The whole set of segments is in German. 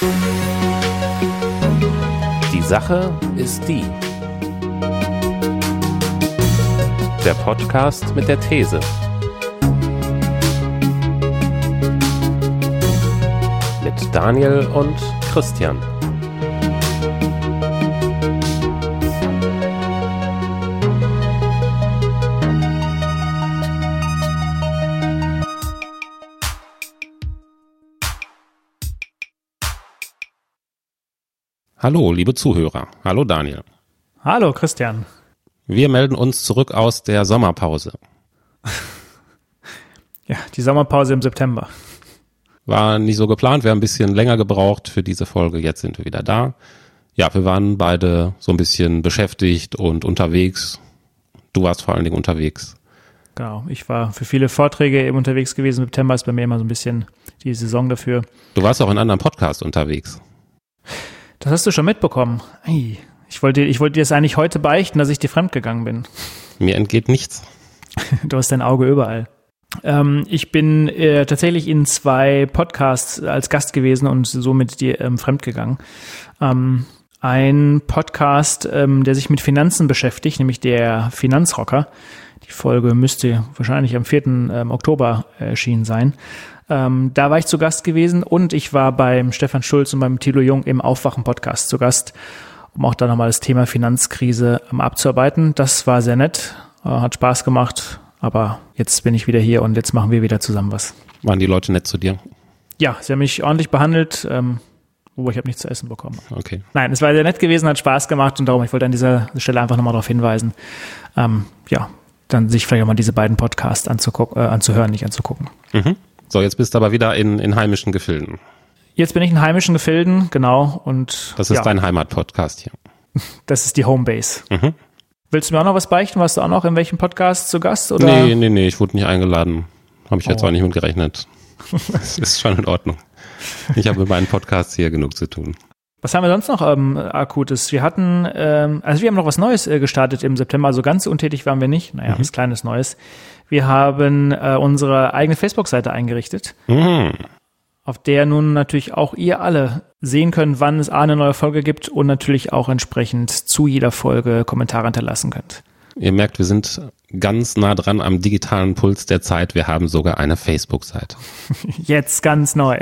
Die Sache ist die. Der Podcast mit der These. Mit Daniel und Christian. Hallo, liebe Zuhörer. Hallo, Daniel. Hallo, Christian. Wir melden uns zurück aus der Sommerpause. Ja, die Sommerpause im September. War nicht so geplant, wir haben ein bisschen länger gebraucht für diese Folge. Jetzt sind wir wieder da. Ja, wir waren beide so ein bisschen beschäftigt und unterwegs. Du warst vor allen Dingen unterwegs. Genau, ich war für viele Vorträge eben unterwegs gewesen. September ist bei mir immer so ein bisschen die Saison dafür. Du warst auch in anderen Podcasts unterwegs. Das hast du schon mitbekommen. Ich wollte dir das eigentlich heute beichten, dass ich dir fremdgegangen bin. Mir entgeht nichts. Du hast dein Auge überall. Ich bin tatsächlich in 2 Podcasts als Gast gewesen und somit dir fremdgegangen. Ein Podcast, der sich mit Finanzen beschäftigt, nämlich der Finanzrocker. Die Folge müsste wahrscheinlich am 4. Oktober erschienen sein. Da war ich zu Gast gewesen und ich war beim Stefan Schulz und beim Thilo Jung im Aufwachen-Podcast zu Gast, um auch da nochmal das Thema Finanzkrise abzuarbeiten. Das war sehr nett, hat Spaß gemacht, aber jetzt bin ich wieder hier und jetzt machen wir wieder zusammen was. Waren die Leute nett zu dir? Ja, sie haben mich ordentlich behandelt, aber ich habe nichts zu essen bekommen. Okay. Nein, es war sehr nett gewesen, hat Spaß gemacht und darum, ich wollte an dieser Stelle einfach nochmal darauf hinweisen, dann sich vielleicht auch mal diese beiden Podcasts anzuhören, nicht anzugucken. Mhm. So, jetzt bist du aber wieder in heimischen Gefilden. Jetzt bin ich in heimischen Gefilden, genau. Und das ist dein Heimatpodcast hier. Das ist die Homebase. Mhm. Willst du mir auch noch was beichten? Warst du auch noch in welchem Podcast zu Gast? Oder? Nee, ich wurde nicht eingeladen. Habe ich jetzt auch nicht mit gerechnet. Das ist schon in Ordnung. Ich habe mit meinen Podcasts hier genug zu tun. Was haben wir sonst noch Akutes? Wir hatten, wir haben noch was Neues gestartet im September, also ganz untätig waren wir nicht. Naja, was Kleines Neues. Wir haben unsere eigene Facebook-Seite eingerichtet, auf der nun natürlich auch ihr alle sehen könnt, wann es eine neue Folge gibt und natürlich auch entsprechend zu jeder Folge Kommentare hinterlassen könnt. Ihr merkt, wir sind ganz nah dran am digitalen Puls der Zeit. Wir haben sogar eine Facebook-Seite. Jetzt ganz neu.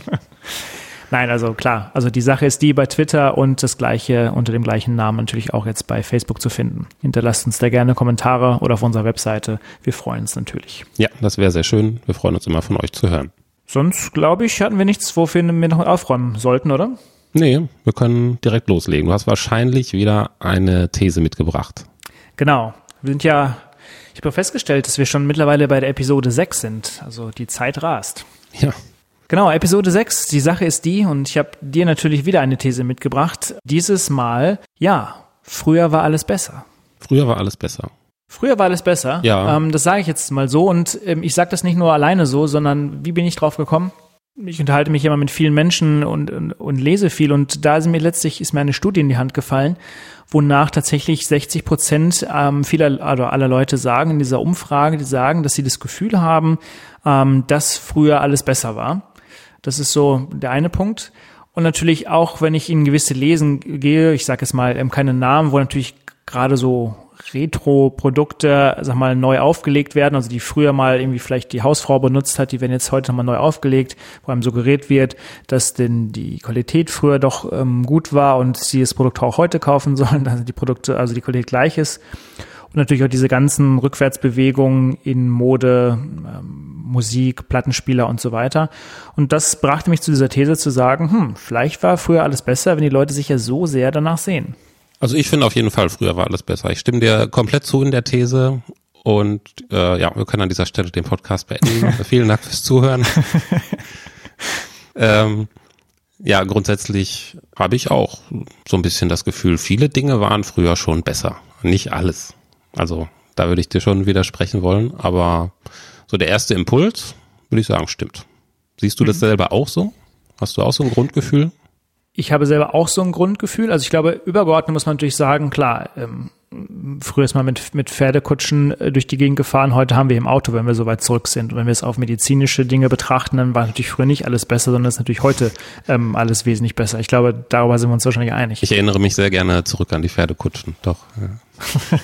Nein, also klar, also die Sache ist die bei Twitter und das Gleiche unter dem gleichen Namen natürlich auch jetzt bei Facebook zu finden. Hinterlasst uns da gerne Kommentare oder auf unserer Webseite. Wir freuen uns natürlich. Ja, das wäre sehr schön. Wir freuen uns immer von euch zu hören. Sonst, glaube ich, hatten wir nichts, wofür wir noch aufräumen sollten, oder? Nee, wir können direkt loslegen. Du hast wahrscheinlich wieder eine These mitgebracht. Genau. Ich habe festgestellt, dass wir schon mittlerweile bei der Episode 6 sind. Also die Zeit rast. Ja. Genau, Episode 6, die Sache ist die, und ich habe dir natürlich wieder eine These mitgebracht. Dieses Mal, früher war alles besser. Früher war alles besser. Früher war alles besser? Ja. Das sage ich jetzt mal so und ich sage das nicht nur alleine so, sondern wie bin ich drauf gekommen? Ich unterhalte mich immer mit vielen Menschen und lese viel und da ist mir eine Studie in die Hand gefallen, wonach tatsächlich 60% aller Leute sagen in dieser Umfrage, die sagen, dass sie das Gefühl haben, dass früher alles besser war. Das ist so der eine Punkt. Und natürlich auch, wenn ich in gewisse Lesen gehe, ich sage jetzt mal keine Namen, wo natürlich gerade so Retro-Produkte, neu aufgelegt werden, also die früher mal irgendwie vielleicht die Hausfrau benutzt hat, die werden jetzt heute nochmal neu aufgelegt, wo einem suggeriert wird, dass denn die Qualität früher doch gut war und sie das Produkt auch heute kaufen sollen, also die Qualität gleich ist. Und natürlich auch diese ganzen Rückwärtsbewegungen in Mode, Musik, Plattenspieler und so weiter. Und das brachte mich zu dieser These zu sagen, vielleicht war früher alles besser, wenn die Leute sich ja so sehr danach sehen. Also ich finde auf jeden Fall, früher war alles besser. Ich stimme dir komplett zu in der These und wir können an dieser Stelle den Podcast beenden. Vielen Dank fürs Zuhören. Grundsätzlich habe ich auch so ein bisschen das Gefühl, viele Dinge waren früher schon besser. Nicht alles. Also da würde ich dir schon widersprechen wollen, aber so der erste Impuls, würde ich sagen, stimmt. Siehst du das selber auch so? Hast du auch so ein Grundgefühl? Ich habe selber auch so ein Grundgefühl. Also ich glaube, übergeordnet muss man natürlich sagen, klar, früher ist man mit Pferdekutschen durch die Gegend gefahren, heute haben wir im Auto, wenn wir so weit zurück sind. Und wenn wir es auf medizinische Dinge betrachten, dann war natürlich früher nicht alles besser, sondern ist natürlich heute alles wesentlich besser. Ich glaube, darüber sind wir uns wahrscheinlich einig. Ich erinnere mich sehr gerne zurück an die Pferdekutschen, doch. Ja.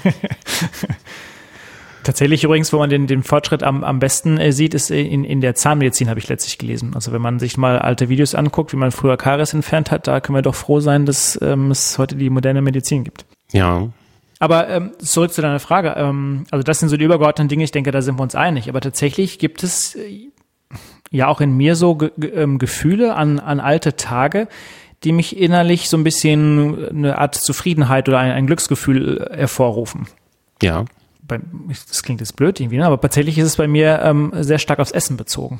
Tatsächlich übrigens, wo man den Fortschritt am besten sieht, ist in der Zahnmedizin, habe ich letztlich gelesen. Also wenn man sich mal alte Videos anguckt, wie man früher Karies entfernt hat, da können wir doch froh sein, dass es heute die moderne Medizin gibt. Ja. Aber zurück zu deiner Frage. Also das sind so die übergeordneten Dinge, ich denke, da sind wir uns einig. Aber tatsächlich gibt es ja auch in mir so Gefühle an alte Tage, die mich innerlich so ein bisschen eine Art Zufriedenheit oder ein Glücksgefühl hervorrufen. Ja. Das klingt jetzt blöd irgendwie, ne? Aber tatsächlich ist es bei mir sehr stark aufs Essen bezogen.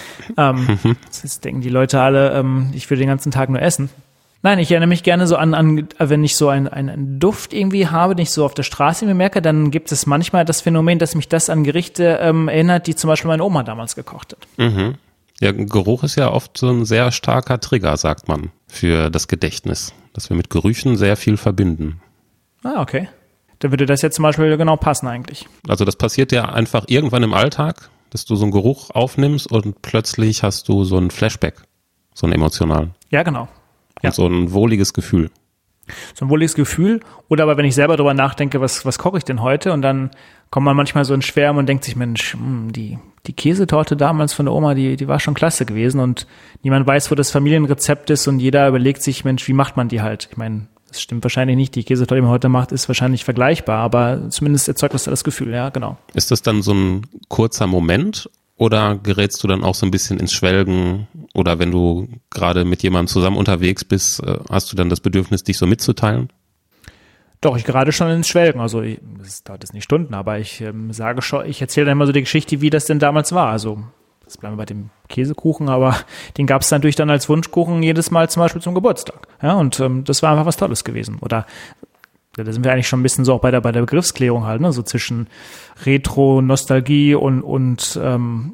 Jetzt denken die Leute alle, ich will den ganzen Tag nur essen. Nein, ich erinnere mich gerne so an wenn ich so einen Duft irgendwie habe, den ich so auf der Straße mir merke, dann gibt es manchmal das Phänomen, dass mich das an Gerichte erinnert, die zum Beispiel meine Oma damals gekocht hat. Mhm. Ja, Geruch ist ja oft so ein sehr starker Trigger, sagt man, für das Gedächtnis, dass wir mit Gerüchen sehr viel verbinden. Ah, okay. Da würde das jetzt zum Beispiel genau passen eigentlich. Also das passiert ja einfach irgendwann im Alltag, dass du so einen Geruch aufnimmst und plötzlich hast du so einen Flashback, so einen emotionalen. Ja, genau. Und so ein wohliges Gefühl. So ein wohliges Gefühl. Oder aber wenn ich selber drüber nachdenke, was koche ich denn heute? Und dann kommt man manchmal so in Schwärmen und denkt sich, Mensch, die Käsetorte damals von der Oma, die war schon klasse gewesen. Und niemand weiß, wo das Familienrezept ist. Und jeder überlegt sich, Mensch, wie macht man die halt? Ich meine, das stimmt wahrscheinlich nicht. Die Käsetorte, die man heute macht, ist wahrscheinlich vergleichbar. Aber zumindest erzeugt das das Gefühl, ja, genau. Ist das dann so ein kurzer Moment? Oder gerätst du dann auch so ein bisschen ins Schwelgen? Oder wenn du gerade mit jemandem zusammen unterwegs bist, hast du dann das Bedürfnis, dich so mitzuteilen? Doch, ich gerate schon ins Schwelgen. Also das dauert jetzt nicht Stunden, aber ich sage schon, ich erzähle dann immer so die Geschichte, wie das denn damals war. Also jetzt bleiben wir bei dem Käsekuchen, aber den gab es natürlich dann als Wunschkuchen jedes Mal zum Beispiel zum Geburtstag. Ja, und das war einfach was Tolles gewesen. Oder da sind wir eigentlich schon ein bisschen so auch bei der Begriffsklärung halt, ne? So zwischen Retro, Nostalgie und so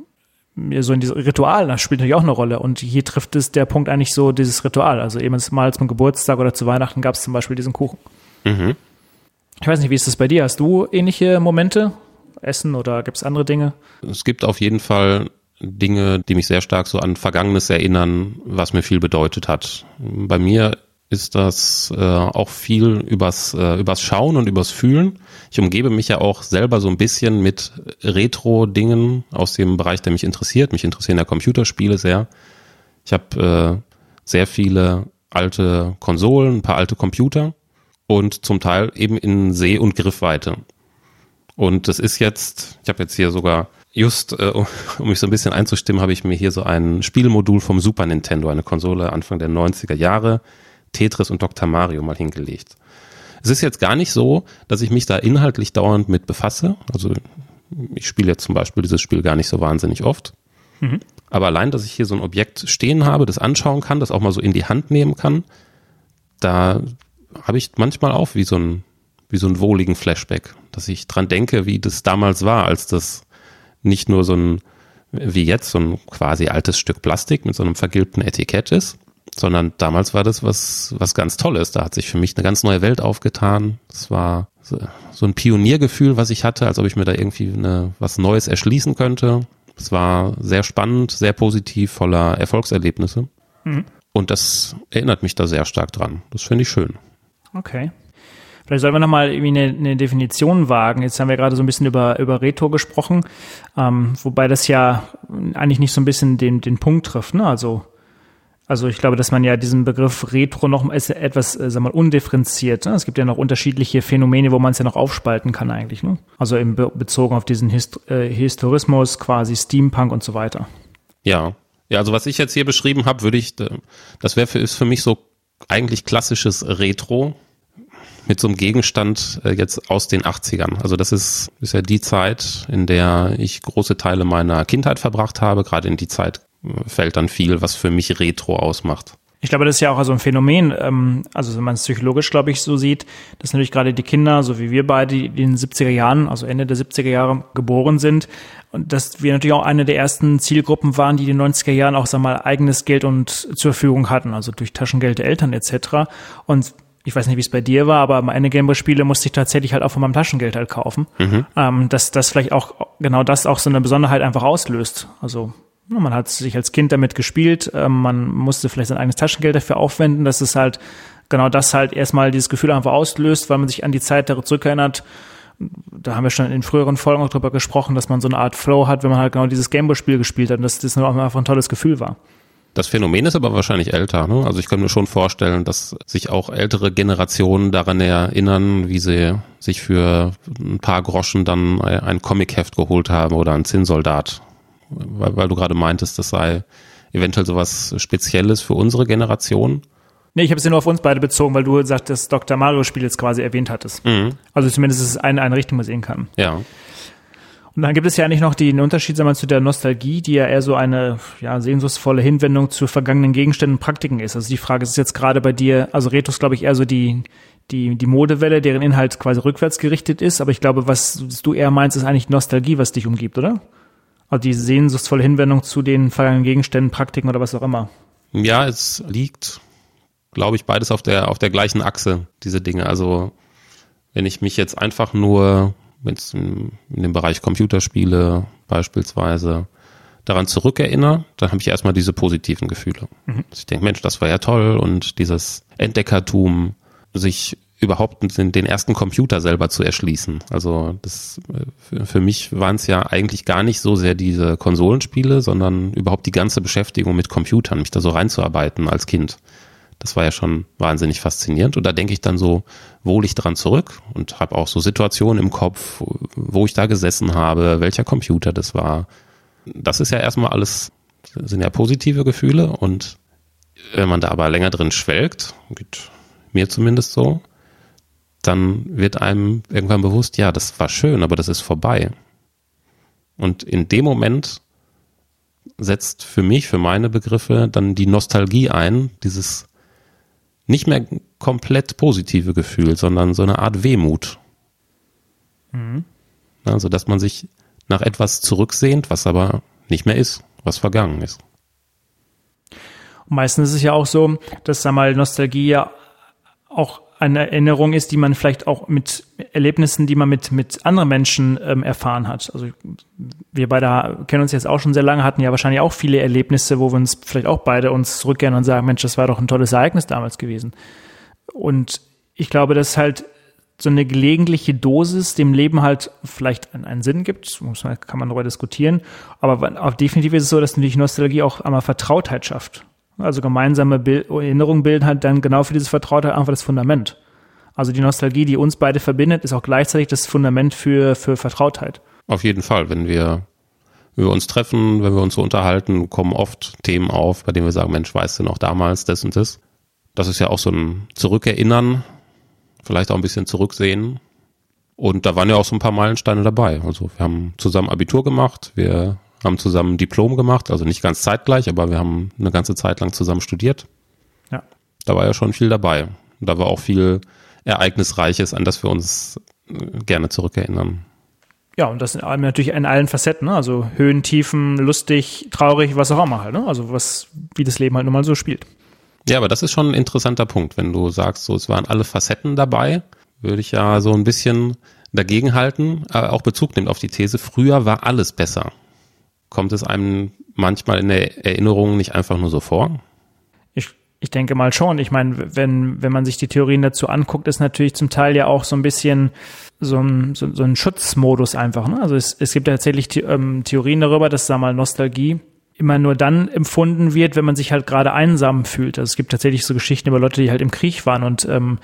in diesem Ritual, das spielt natürlich auch eine Rolle. Und hier trifft es der Punkt eigentlich so dieses Ritual. Also eben mal zum Geburtstag oder zu Weihnachten gab es zum Beispiel diesen Kuchen. Mhm. Ich weiß nicht, wie ist das bei dir? Hast du ähnliche Momente? Essen oder gibt es andere Dinge? Es gibt auf jeden Fall Dinge, die mich sehr stark so an Vergangenes erinnern, was mir viel bedeutet hat. Bei mir ist das auch viel übers Schauen und übers Fühlen. Ich umgebe mich ja auch selber so ein bisschen mit Retro-Dingen aus dem Bereich, der mich interessiert. Mich interessieren ja Computerspiele sehr. Ich habe sehr viele alte Konsolen, ein paar alte Computer und zum Teil eben in Seh- und Griffweite. Und das ist jetzt, ich habe jetzt hier sogar just, um mich so ein bisschen einzustimmen, habe ich mir hier so ein Spielmodul vom Super Nintendo, eine Konsole Anfang der 90er Jahre, Tetris und Dr. Mario mal hingelegt. Es ist jetzt gar nicht so, dass ich mich da inhaltlich dauernd mit befasse. Also ich spiele jetzt zum Beispiel dieses Spiel gar nicht so wahnsinnig oft. Mhm. Aber allein, dass ich hier so ein Objekt stehen habe, das anschauen kann, das auch mal so in die Hand nehmen kann, da habe ich manchmal auch wie so einen wohligen Flashback, dass ich dran denke, wie das damals war, als das nicht nur so ein, wie jetzt, so ein quasi altes Stück Plastik mit so einem vergilbten Etikett ist, sondern damals war das was ganz Tolles. Da hat sich für mich eine ganz neue Welt aufgetan. Es war so ein Pioniergefühl, was ich hatte, als ob ich mir da irgendwie was Neues erschließen könnte. Es war sehr spannend, sehr positiv, voller Erfolgserlebnisse. Mhm. Und das erinnert mich da sehr stark dran. Das finde ich schön. Okay. Vielleicht sollten wir nochmal irgendwie eine Definition wagen. Jetzt haben wir gerade so ein bisschen über Retro gesprochen, wobei das ja eigentlich nicht so ein bisschen den Punkt trifft, ne? Also ich glaube, dass man ja diesen Begriff Retro noch etwas, undifferenziert. Ne? Es gibt ja noch unterschiedliche Phänomene, wo man es ja noch aufspalten kann eigentlich. Ne? Also eben bezogen auf diesen Historismus, quasi Steampunk und so weiter. Ja, also was ich jetzt hier beschrieben habe, ist für mich so eigentlich klassisches Retro mit so einem Gegenstand jetzt aus den 80ern. Also das ist ja die Zeit, in der ich große Teile meiner Kindheit verbracht habe. Gerade in die Zeit fällt dann viel, was für mich Retro ausmacht. Ich glaube, das ist ja auch so ein Phänomen, also wenn man es psychologisch, glaube ich, so sieht, dass natürlich gerade die Kinder, so wie wir beide, die in den 70er Jahren, also Ende der 70er Jahre geboren sind, und dass wir natürlich auch eine der ersten Zielgruppen waren, die in den 90er Jahren auch, eigenes Geld und zur Verfügung hatten, also durch Taschengeld der Eltern etc. Und ich weiß nicht, wie es bei dir war, aber meine Gameboy-Spiele musste ich tatsächlich halt auch von meinem Taschengeld halt kaufen. Dass das vielleicht auch genau das auch so eine Besonderheit einfach auslöst. Also man hat sich als Kind damit gespielt, man musste vielleicht sein eigenes Taschengeld dafür aufwenden, dass es halt genau das halt erstmal dieses Gefühl einfach auslöst, weil man sich an die Zeit zurückerinnert. Da haben wir schon in früheren Folgen auch drüber gesprochen, dass man so eine Art Flow hat, wenn man halt genau dieses Gameboy-Spiel gespielt hat und dass das einfach ein tolles Gefühl war. Das Phänomen ist aber wahrscheinlich älter, ne? Also ich kann mir schon vorstellen, dass sich auch ältere Generationen daran erinnern, wie sie sich für ein paar Groschen dann ein Comicheft geholt haben oder ein Zinnsoldat. Weil du gerade meintest, das sei eventuell sowas Spezielles für unsere Generation. Nee, ich habe es ja nur auf uns beide bezogen, weil du das Dr. Mario-Spiel jetzt quasi erwähnt hattest. Also zumindest ist es eine Richtung, was man sehen kann. Ja. Und dann gibt es ja eigentlich noch den Unterschied, sagen wir mal, zu der Nostalgie, die ja eher so eine sehnsuchtsvolle Hinwendung zu vergangenen Gegenständen und Praktiken ist. Also die Frage ist jetzt gerade bei dir, also Retro ist, glaube ich, eher so die Modewelle, deren Inhalt quasi rückwärts gerichtet ist. Aber ich glaube, was du eher meinst, ist eigentlich Nostalgie, was dich umgibt, oder? Also die sehnsuchtsvolle Hinwendung zu den vergangenen Gegenständen, Praktiken oder was auch immer. Ja, es liegt, glaube ich, beides auf der gleichen Achse, diese Dinge. Also wenn ich mich jetzt einfach nur jetzt in dem Bereich Computerspiele beispielsweise daran zurückerinnere, dann habe ich erstmal diese positiven Gefühle. Ich denke, Mensch, das war ja toll und dieses Entdeckertum, sich überhaupt den ersten Computer selber zu erschließen. Also das für mich waren es ja eigentlich gar nicht so sehr diese Konsolenspiele, sondern überhaupt die ganze Beschäftigung mit Computern, mich da so reinzuarbeiten als Kind. Das war ja schon wahnsinnig faszinierend und da denke ich dann so wohlig dran zurück und habe auch so Situationen im Kopf, wo ich da gesessen habe, welcher Computer das war. Das ist ja erstmal alles, sind ja positive Gefühle und wenn man da aber länger drin schwelgt, geht mir zumindest so, dann wird einem irgendwann bewusst, ja, das war schön, aber das ist vorbei. Und in dem Moment setzt für mich, für meine Begriffe, dann die Nostalgie ein, dieses nicht mehr komplett positive Gefühl, sondern so eine Art Wehmut. Also, dass man sich nach etwas zurücksehnt, was aber nicht mehr ist, was vergangen ist. Und meistens ist es ja auch so, dass, sag mal, Nostalgie ja auch eine Erinnerung ist, die man vielleicht auch mit Erlebnissen, die man mit anderen Menschen erfahren hat. Also wir beide kennen uns jetzt auch schon sehr lange, hatten ja wahrscheinlich auch viele Erlebnisse, wo wir uns vielleicht auch beide uns zurückkehren und sagen, Mensch, das war doch ein tolles Ereignis damals gewesen. Und ich glaube, dass halt so eine gelegentliche Dosis dem Leben halt vielleicht einen Sinn gibt, kann man darüber diskutieren, aber auch definitiv ist es so, dass natürlich Nostalgie auch einmal Vertrautheit schafft. Also gemeinsame Erinnerungen bilden halt dann genau für dieses Vertrautheit einfach das Fundament. Also die Nostalgie, die uns beide verbindet, ist auch gleichzeitig das Fundament für Vertrautheit. Auf jeden Fall, wenn wir uns treffen, wenn wir uns so unterhalten, kommen oft Themen auf, bei denen wir sagen, Mensch, weißt du noch damals das und das? Das ist ja auch so ein Zurückerinnern, vielleicht auch ein bisschen zurücksehen. Und da waren ja auch so ein paar Meilensteine dabei. Also wir haben zusammen Abitur gemacht, wir haben zusammen ein Diplom gemacht, also nicht ganz zeitgleich, aber wir haben eine ganze Zeit lang zusammen studiert. Ja. Da war ja schon viel dabei. Da war auch viel Ereignisreiches, an das wir uns gerne zurückerinnern. Ja, und das natürlich in allen Facetten, ne? Also Höhen, Tiefen, lustig, traurig, was auch immer halt, ne? Also wie das Leben halt nun mal so spielt. Ja, aber das ist schon ein interessanter Punkt, wenn du sagst, so es waren alle Facetten dabei, würde ich ja so ein bisschen dagegen halten, auch Bezug nimmt auf die These, früher war alles besser. Kommt es einem manchmal in der Erinnerung nicht einfach nur so vor? Ich denke mal schon. Ich meine, wenn man sich die Theorien dazu anguckt, ist natürlich zum Teil ja auch so ein bisschen so ein Schutzmodus einfach. Ne? Also es gibt ja tatsächlich Theorien darüber, dass, sagen wir mal, Nostalgie immer nur dann empfunden wird, wenn man sich halt gerade einsam fühlt. Also es gibt tatsächlich so Geschichten über Leute, die halt im Krieg waren und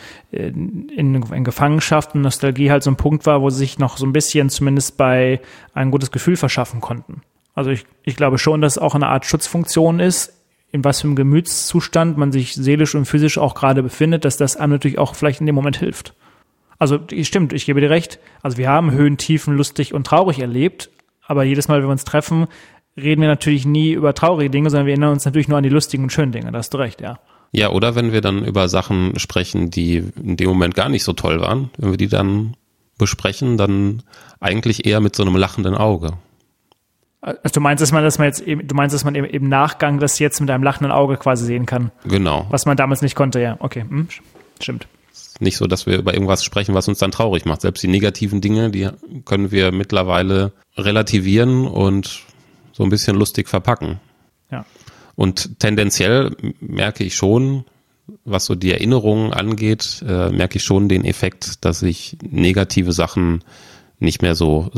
in Gefangenschaft und Nostalgie halt so ein Punkt war, wo sie sich noch so ein bisschen zumindest bei ein gutes Gefühl verschaffen konnten. Also ich glaube schon, dass es auch eine Art Schutzfunktion ist, in was für einem Gemütszustand man sich seelisch und physisch auch gerade befindet, dass das einem natürlich auch vielleicht in dem Moment hilft. Also stimmt, ich gebe dir recht. Also wir haben Höhen, Tiefen, lustig und traurig erlebt, aber jedes Mal, wenn wir uns treffen, reden wir natürlich nie über traurige Dinge, sondern wir erinnern uns natürlich nur an die lustigen und schönen Dinge. Da hast du recht, ja. Ja, oder wenn wir dann über Sachen sprechen, die in dem Moment gar nicht so toll waren, wenn wir die dann besprechen, dann eigentlich eher mit so einem lachenden Auge. Also du meinst, dass man im Nachgang das jetzt mit einem lachenden Auge quasi sehen kann? Genau. Was man damals nicht konnte, ja. Okay, stimmt. Nicht so, dass wir über irgendwas sprechen, was uns dann traurig macht. Selbst die negativen Dinge, die können wir mittlerweile relativieren und so ein bisschen lustig verpacken. Ja. Und tendenziell merke ich schon, was so die Erinnerungen angeht, merke ich schon den Effekt, dass ich negative Sachen mich nicht mehr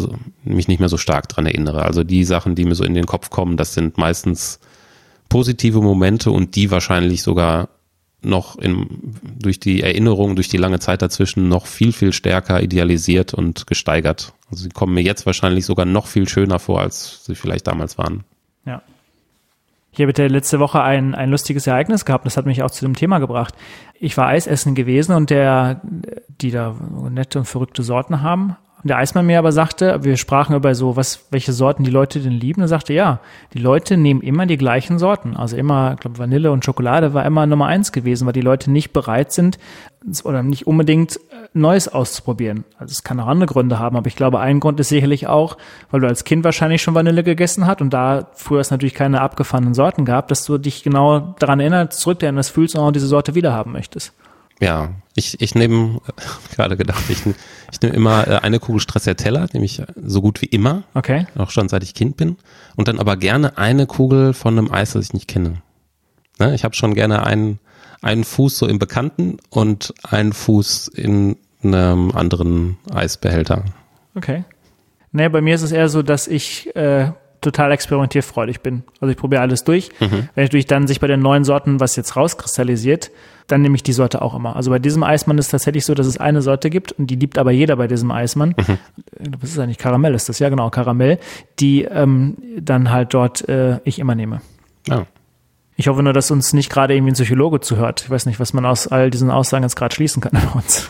so stark dran erinnere. Also die Sachen, die mir so in den Kopf kommen, das sind meistens positive Momente und die wahrscheinlich sogar noch durch die Erinnerung, durch die lange Zeit dazwischen noch viel, viel stärker idealisiert und gesteigert. Also sie kommen mir jetzt wahrscheinlich sogar noch viel schöner vor, als sie vielleicht damals waren. Ja. Ich habe letzte Woche ein lustiges Ereignis gehabt, das hat mich auch zu dem Thema gebracht. Ich war Eis essen gewesen und die da nette und verrückte Sorten haben. Und der Eismann mir aber sagte, wir sprachen über so, welche Sorten die Leute denn lieben. Er sagte, ja, die Leute nehmen immer die gleichen Sorten. Also immer, ich glaube, Vanille und Schokolade war immer Nummer 1 gewesen, weil die Leute nicht bereit sind oder nicht unbedingt Neues auszuprobieren. Also es kann auch andere Gründe haben, aber ich glaube, ein Grund ist sicherlich auch, weil du als Kind wahrscheinlich schon Vanille gegessen hast und da früher es natürlich keine abgefahrenen Sorten gab, dass du dich genau daran zurückerinnerst, fühlst und auch diese Sorte wieder haben möchtest. Ja, ich nehme, gerade gedacht, ich nehme immer eine Kugel Stracciatella, nehme ich so gut wie immer, okay. Auch schon seit ich Kind bin, und dann aber gerne eine Kugel von einem Eis, das ich nicht kenne. Ne? Ich habe schon gerne einen Fuß so im Bekannten und einen Fuß in einem anderen Eisbehälter. Okay. Nee, bei mir ist es eher so, dass ich total experimentierfreudig bin. Also ich probiere alles durch. Wenn natürlich dann sich bei den neuen Sorten was jetzt rauskristallisiert, dann nehme ich die Sorte auch immer. Also bei diesem Eismann ist es tatsächlich so, dass es eine Sorte gibt und die liebt aber jeder bei diesem Eismann. Was ist eigentlich? Karamell ist das, ja genau, Karamell, die dann halt dort ich immer nehme. Ja. Ich hoffe nur, dass uns nicht gerade irgendwie ein Psychologe zuhört. Ich weiß nicht, was man aus all diesen Aussagen jetzt gerade schließen kann bei uns.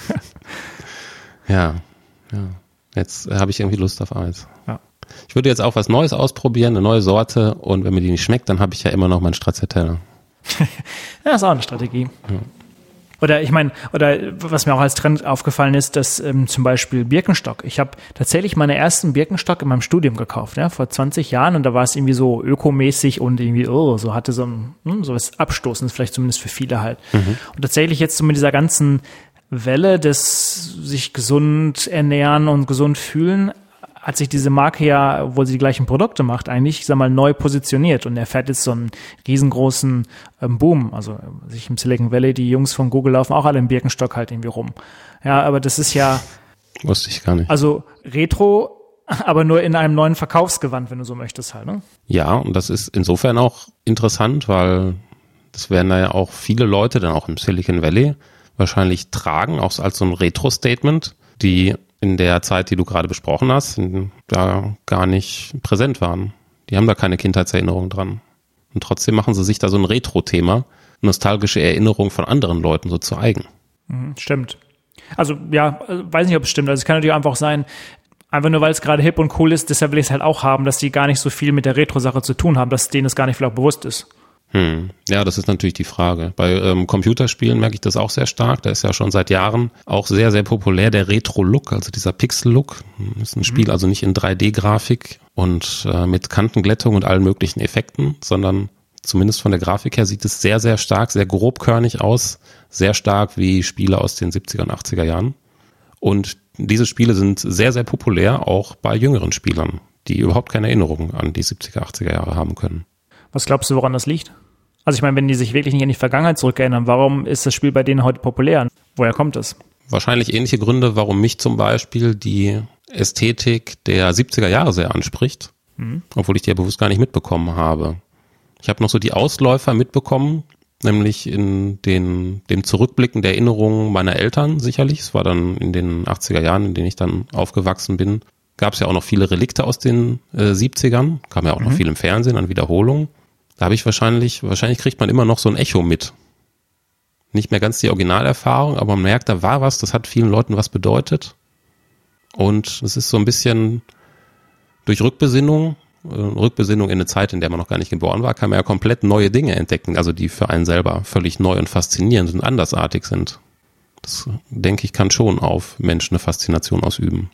Ja. Jetzt habe ich irgendwie Lust auf Eis. Ja. Ich würde jetzt auch was Neues ausprobieren, eine neue Sorte, und wenn mir die nicht schmeckt, dann habe ich ja immer noch meinen Stracciatella. Ja, ist auch eine Strategie. Ja. Oder was mir auch als Trend aufgefallen ist, dass zum Beispiel Birkenstock. Ich habe tatsächlich meine ersten Birkenstock in meinem Studium gekauft, ja, vor 20 Jahren, und da war es irgendwie so ökomäßig und irgendwie, so hatte so was Abstoßendes, vielleicht zumindest für viele halt. Und tatsächlich jetzt so mit dieser ganzen Welle des sich gesund ernähren und gesund fühlen, hat sich diese Marke ja, obwohl sie die gleichen Produkte macht, eigentlich, ich sag mal, neu positioniert und erfährt jetzt so einen riesengroßen Boom. Also sich im Silicon Valley, die Jungs von Google laufen auch alle im Birkenstock halt irgendwie rum. Ja, aber das ist ja... Wusste ich gar nicht. Also Retro, aber nur in einem neuen Verkaufsgewand, wenn du so möchtest halt, ne? Ja, und das ist insofern auch interessant, weil das werden da ja auch viele Leute dann auch im Silicon Valley wahrscheinlich tragen, auch als so ein Retro-Statement, die in der Zeit, die du gerade besprochen hast, da gar nicht präsent waren. Die haben da keine Kindheitserinnerung dran. Und trotzdem machen sie sich da so ein Retro-Thema, nostalgische Erinnerung von anderen Leuten so zu eigen. Stimmt. Also ja, weiß nicht, ob es stimmt. Also es kann natürlich einfach auch sein, einfach nur, weil es gerade hip und cool ist, deshalb will ich es halt auch haben, dass die gar nicht so viel mit der Retro-Sache zu tun haben, dass denen es gar nicht vielleicht bewusst ist. Ja, das ist natürlich die Frage. Bei Computerspielen merke ich das auch sehr stark. Da ist ja schon seit Jahren auch sehr, sehr populär der Retro-Look, also dieser Pixel-Look. Das ist ein Spiel also nicht in 3D-Grafik und mit Kantenglättung und allen möglichen Effekten, sondern zumindest von der Grafik her sieht es sehr, sehr stark, sehr grobkörnig aus. Sehr stark wie Spiele aus den 70er und 80er Jahren. Und diese Spiele sind sehr, sehr populär, auch bei jüngeren Spielern, die überhaupt keine Erinnerungen an die 70er, 80er Jahre haben können. Was glaubst du, woran das liegt? Also ich meine, wenn die sich wirklich nicht an die Vergangenheit zurückerinnern, warum ist das Spiel bei denen heute populär? Woher kommt es? Wahrscheinlich ähnliche Gründe, warum mich zum Beispiel die Ästhetik der 70er Jahre sehr anspricht, obwohl ich die ja bewusst gar nicht mitbekommen habe. Ich habe noch so die Ausläufer mitbekommen, nämlich in dem Zurückblicken der Erinnerungen meiner Eltern sicherlich. Es war dann in den 80er Jahren, in denen ich dann aufgewachsen bin. Gab es ja auch noch viele Relikte aus den 70ern, kam ja auch noch viel im Fernsehen an Wiederholungen. Da habe ich wahrscheinlich kriegt man immer noch so ein Echo mit. Nicht mehr ganz die Originalerfahrung, aber man merkt, da war was, das hat vielen Leuten was bedeutet. Und es ist so ein bisschen durch Rückbesinnung in eine Zeit, in der man noch gar nicht geboren war, kann man ja komplett neue Dinge entdecken, also die für einen selber völlig neu und faszinierend und andersartig sind. Das, denke ich, kann schon auf Menschen eine Faszination ausüben.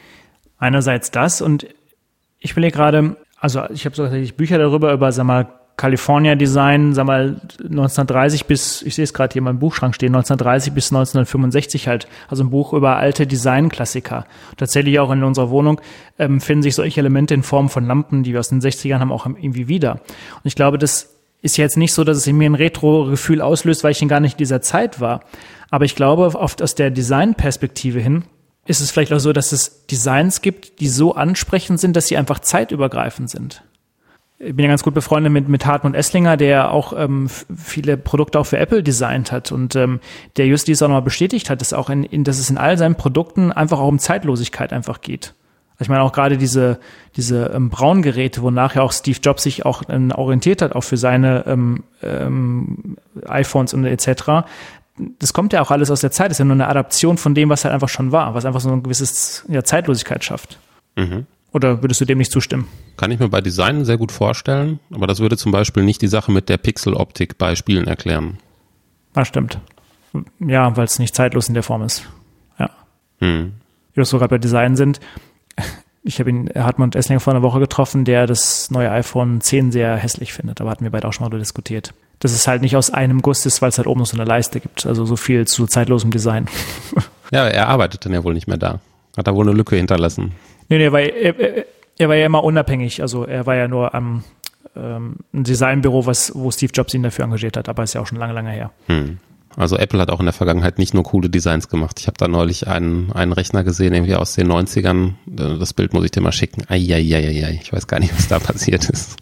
Einerseits das, und ich will hier gerade, also ich habe so tatsächlich Bücher darüber, sag mal, California Design, sag mal 1930 bis, ich sehe es gerade hier in meinem Buchschrank stehen, 1930 bis 1965 halt, also ein Buch über alte Designklassiker. Tatsächlich auch in unserer Wohnung finden sich solche Elemente in Form von Lampen, die wir aus den 60ern haben, auch irgendwie wieder. Und ich glaube, das ist jetzt nicht so, dass es in mir ein Retro-Gefühl auslöst, weil ich in gar nicht in dieser Zeit war. Aber ich glaube, oft aus der Design-Perspektive hin ist es vielleicht auch so, dass es Designs gibt, die so ansprechend sind, dass sie einfach zeitübergreifend sind. Ich bin ja ganz gut befreundet mit Hartmut Esslinger, der auch viele Produkte auch für Apple designt hat und der just dies auch nochmal bestätigt hat, dass dass es in all seinen Produkten einfach auch um Zeitlosigkeit einfach geht. Ich meine auch gerade diese Braungeräte, wonach ja auch Steve Jobs sich auch orientiert hat, auch für seine iPhones und etc. Das kommt ja auch alles aus der Zeit. Das ist ja nur eine Adaption von dem, was halt einfach schon war, was einfach so ein gewisses Zeitlosigkeit schafft. Mhm. Oder würdest du dem nicht zustimmen? Kann ich mir bei Design sehr gut vorstellen, aber das würde zum Beispiel nicht die Sache mit der Pixeloptik bei Spielen erklären. Das stimmt. Ja, weil es nicht zeitlos in der Form ist. Ja. Wie wir so gerade bei Design sind. Ich habe Hartmut Esslinger vor einer Woche getroffen, der das neue iPhone 10 sehr hässlich findet. Aber hatten wir beide auch schon mal darüber diskutiert. Dass es halt nicht aus einem Guss ist, weil es halt oben noch so eine Leiste gibt. Also so viel zu zeitlosem Design. Ja, er arbeitet dann ja wohl nicht mehr da. Hat da wohl eine Lücke hinterlassen. Nee, er war ja immer unabhängig. Also er war ja nur am ein Designbüro, wo Steve Jobs ihn dafür engagiert hat. Aber ist ja auch schon lange, lange her. Also Apple hat auch in der Vergangenheit nicht nur coole Designs gemacht. Ich habe da neulich einen Rechner gesehen, irgendwie aus den 90ern. Das Bild muss ich dir mal schicken. Eieieiei, ich weiß gar nicht, was da passiert ist.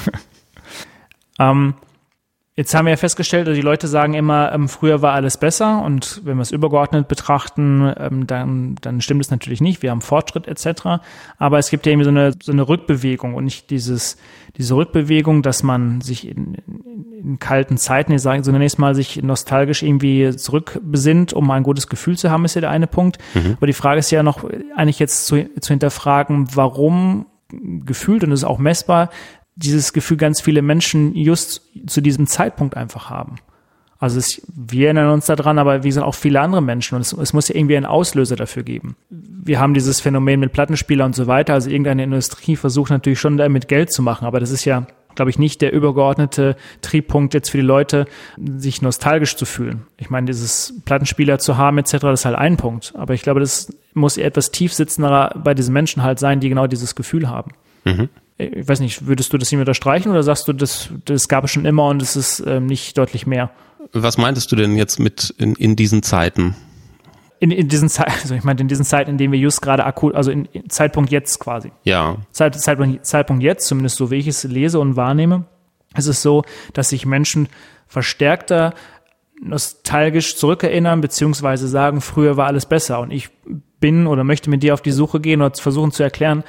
Jetzt haben wir ja festgestellt, also die Leute sagen immer, früher war alles besser und wenn wir es übergeordnet betrachten, dann stimmt es natürlich nicht. Wir haben Fortschritt etc. Aber es gibt ja irgendwie so eine Rückbewegung und nicht diese Rückbewegung, dass man sich in kalten Zeiten, ich sage zunächst mal, sich nostalgisch irgendwie zurückbesinnt, um ein gutes Gefühl zu haben, ist ja der eine Punkt. Aber die Frage ist ja noch eigentlich jetzt zu hinterfragen, warum gefühlt, und das ist auch messbar, dieses Gefühl ganz viele Menschen just zu diesem Zeitpunkt einfach haben. Also wir erinnern uns daran, aber wie sind auch viele andere Menschen und es muss ja irgendwie einen Auslöser dafür geben. Wir haben dieses Phänomen mit Plattenspieler und so weiter, also irgendeine Industrie versucht natürlich schon damit Geld zu machen, aber das ist ja, glaube ich, nicht der übergeordnete Triebpunkt jetzt für die Leute, sich nostalgisch zu fühlen. Ich meine, dieses Plattenspieler zu haben etc., das ist halt ein Punkt, aber ich glaube, das muss etwas tiefsitzender bei diesen Menschen halt sein, die genau dieses Gefühl haben. Ich weiß nicht, würdest du das ihm unterstreichen oder sagst du, das gab es schon immer und es ist nicht deutlich mehr? Was meintest du denn jetzt mit in diesen Zeiten? In diesen Zeiten, also ich meine in diesen Zeiten, in denen wir just gerade akut, also in Zeitpunkt jetzt quasi. Ja. Zeitpunkt jetzt, zumindest so wie ich es lese und wahrnehme, ist es so, dass sich Menschen verstärkter nostalgisch zurückerinnern, beziehungsweise sagen, früher war alles besser. Und ich bin oder möchte mit dir auf die Suche gehen oder versuchen zu erklären,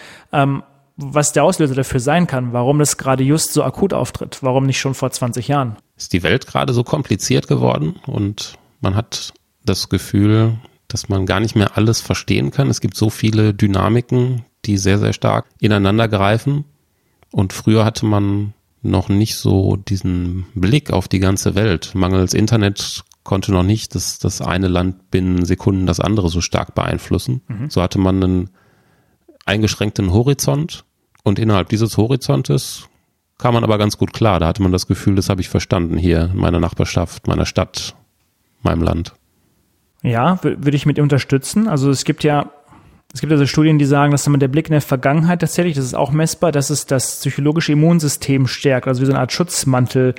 was der Auslöser dafür sein kann, warum das gerade just so akut auftritt, warum nicht schon vor 20 Jahren. Ist die Welt gerade so kompliziert geworden und man hat das Gefühl, dass man gar nicht mehr alles verstehen kann. Es gibt so viele Dynamiken, die sehr, sehr stark ineinander greifen und früher hatte man noch nicht so diesen Blick auf die ganze Welt. Mangels Internet konnte noch nicht das eine Land binnen Sekunden das andere so stark beeinflussen. So hatte man einen eingeschränkten Horizont und innerhalb dieses Horizontes kam man aber ganz gut klar. Da hatte man das Gefühl, das habe ich verstanden hier in meiner Nachbarschaft, meiner Stadt, meinem Land. Ja, würde ich mit unterstützen. Also es gibt also Studien, die sagen, dass der Blick in der Vergangenheit tatsächlich, das ist auch messbar, dass es das psychologische Immunsystem stärkt, also wie so eine Art Schutzmantel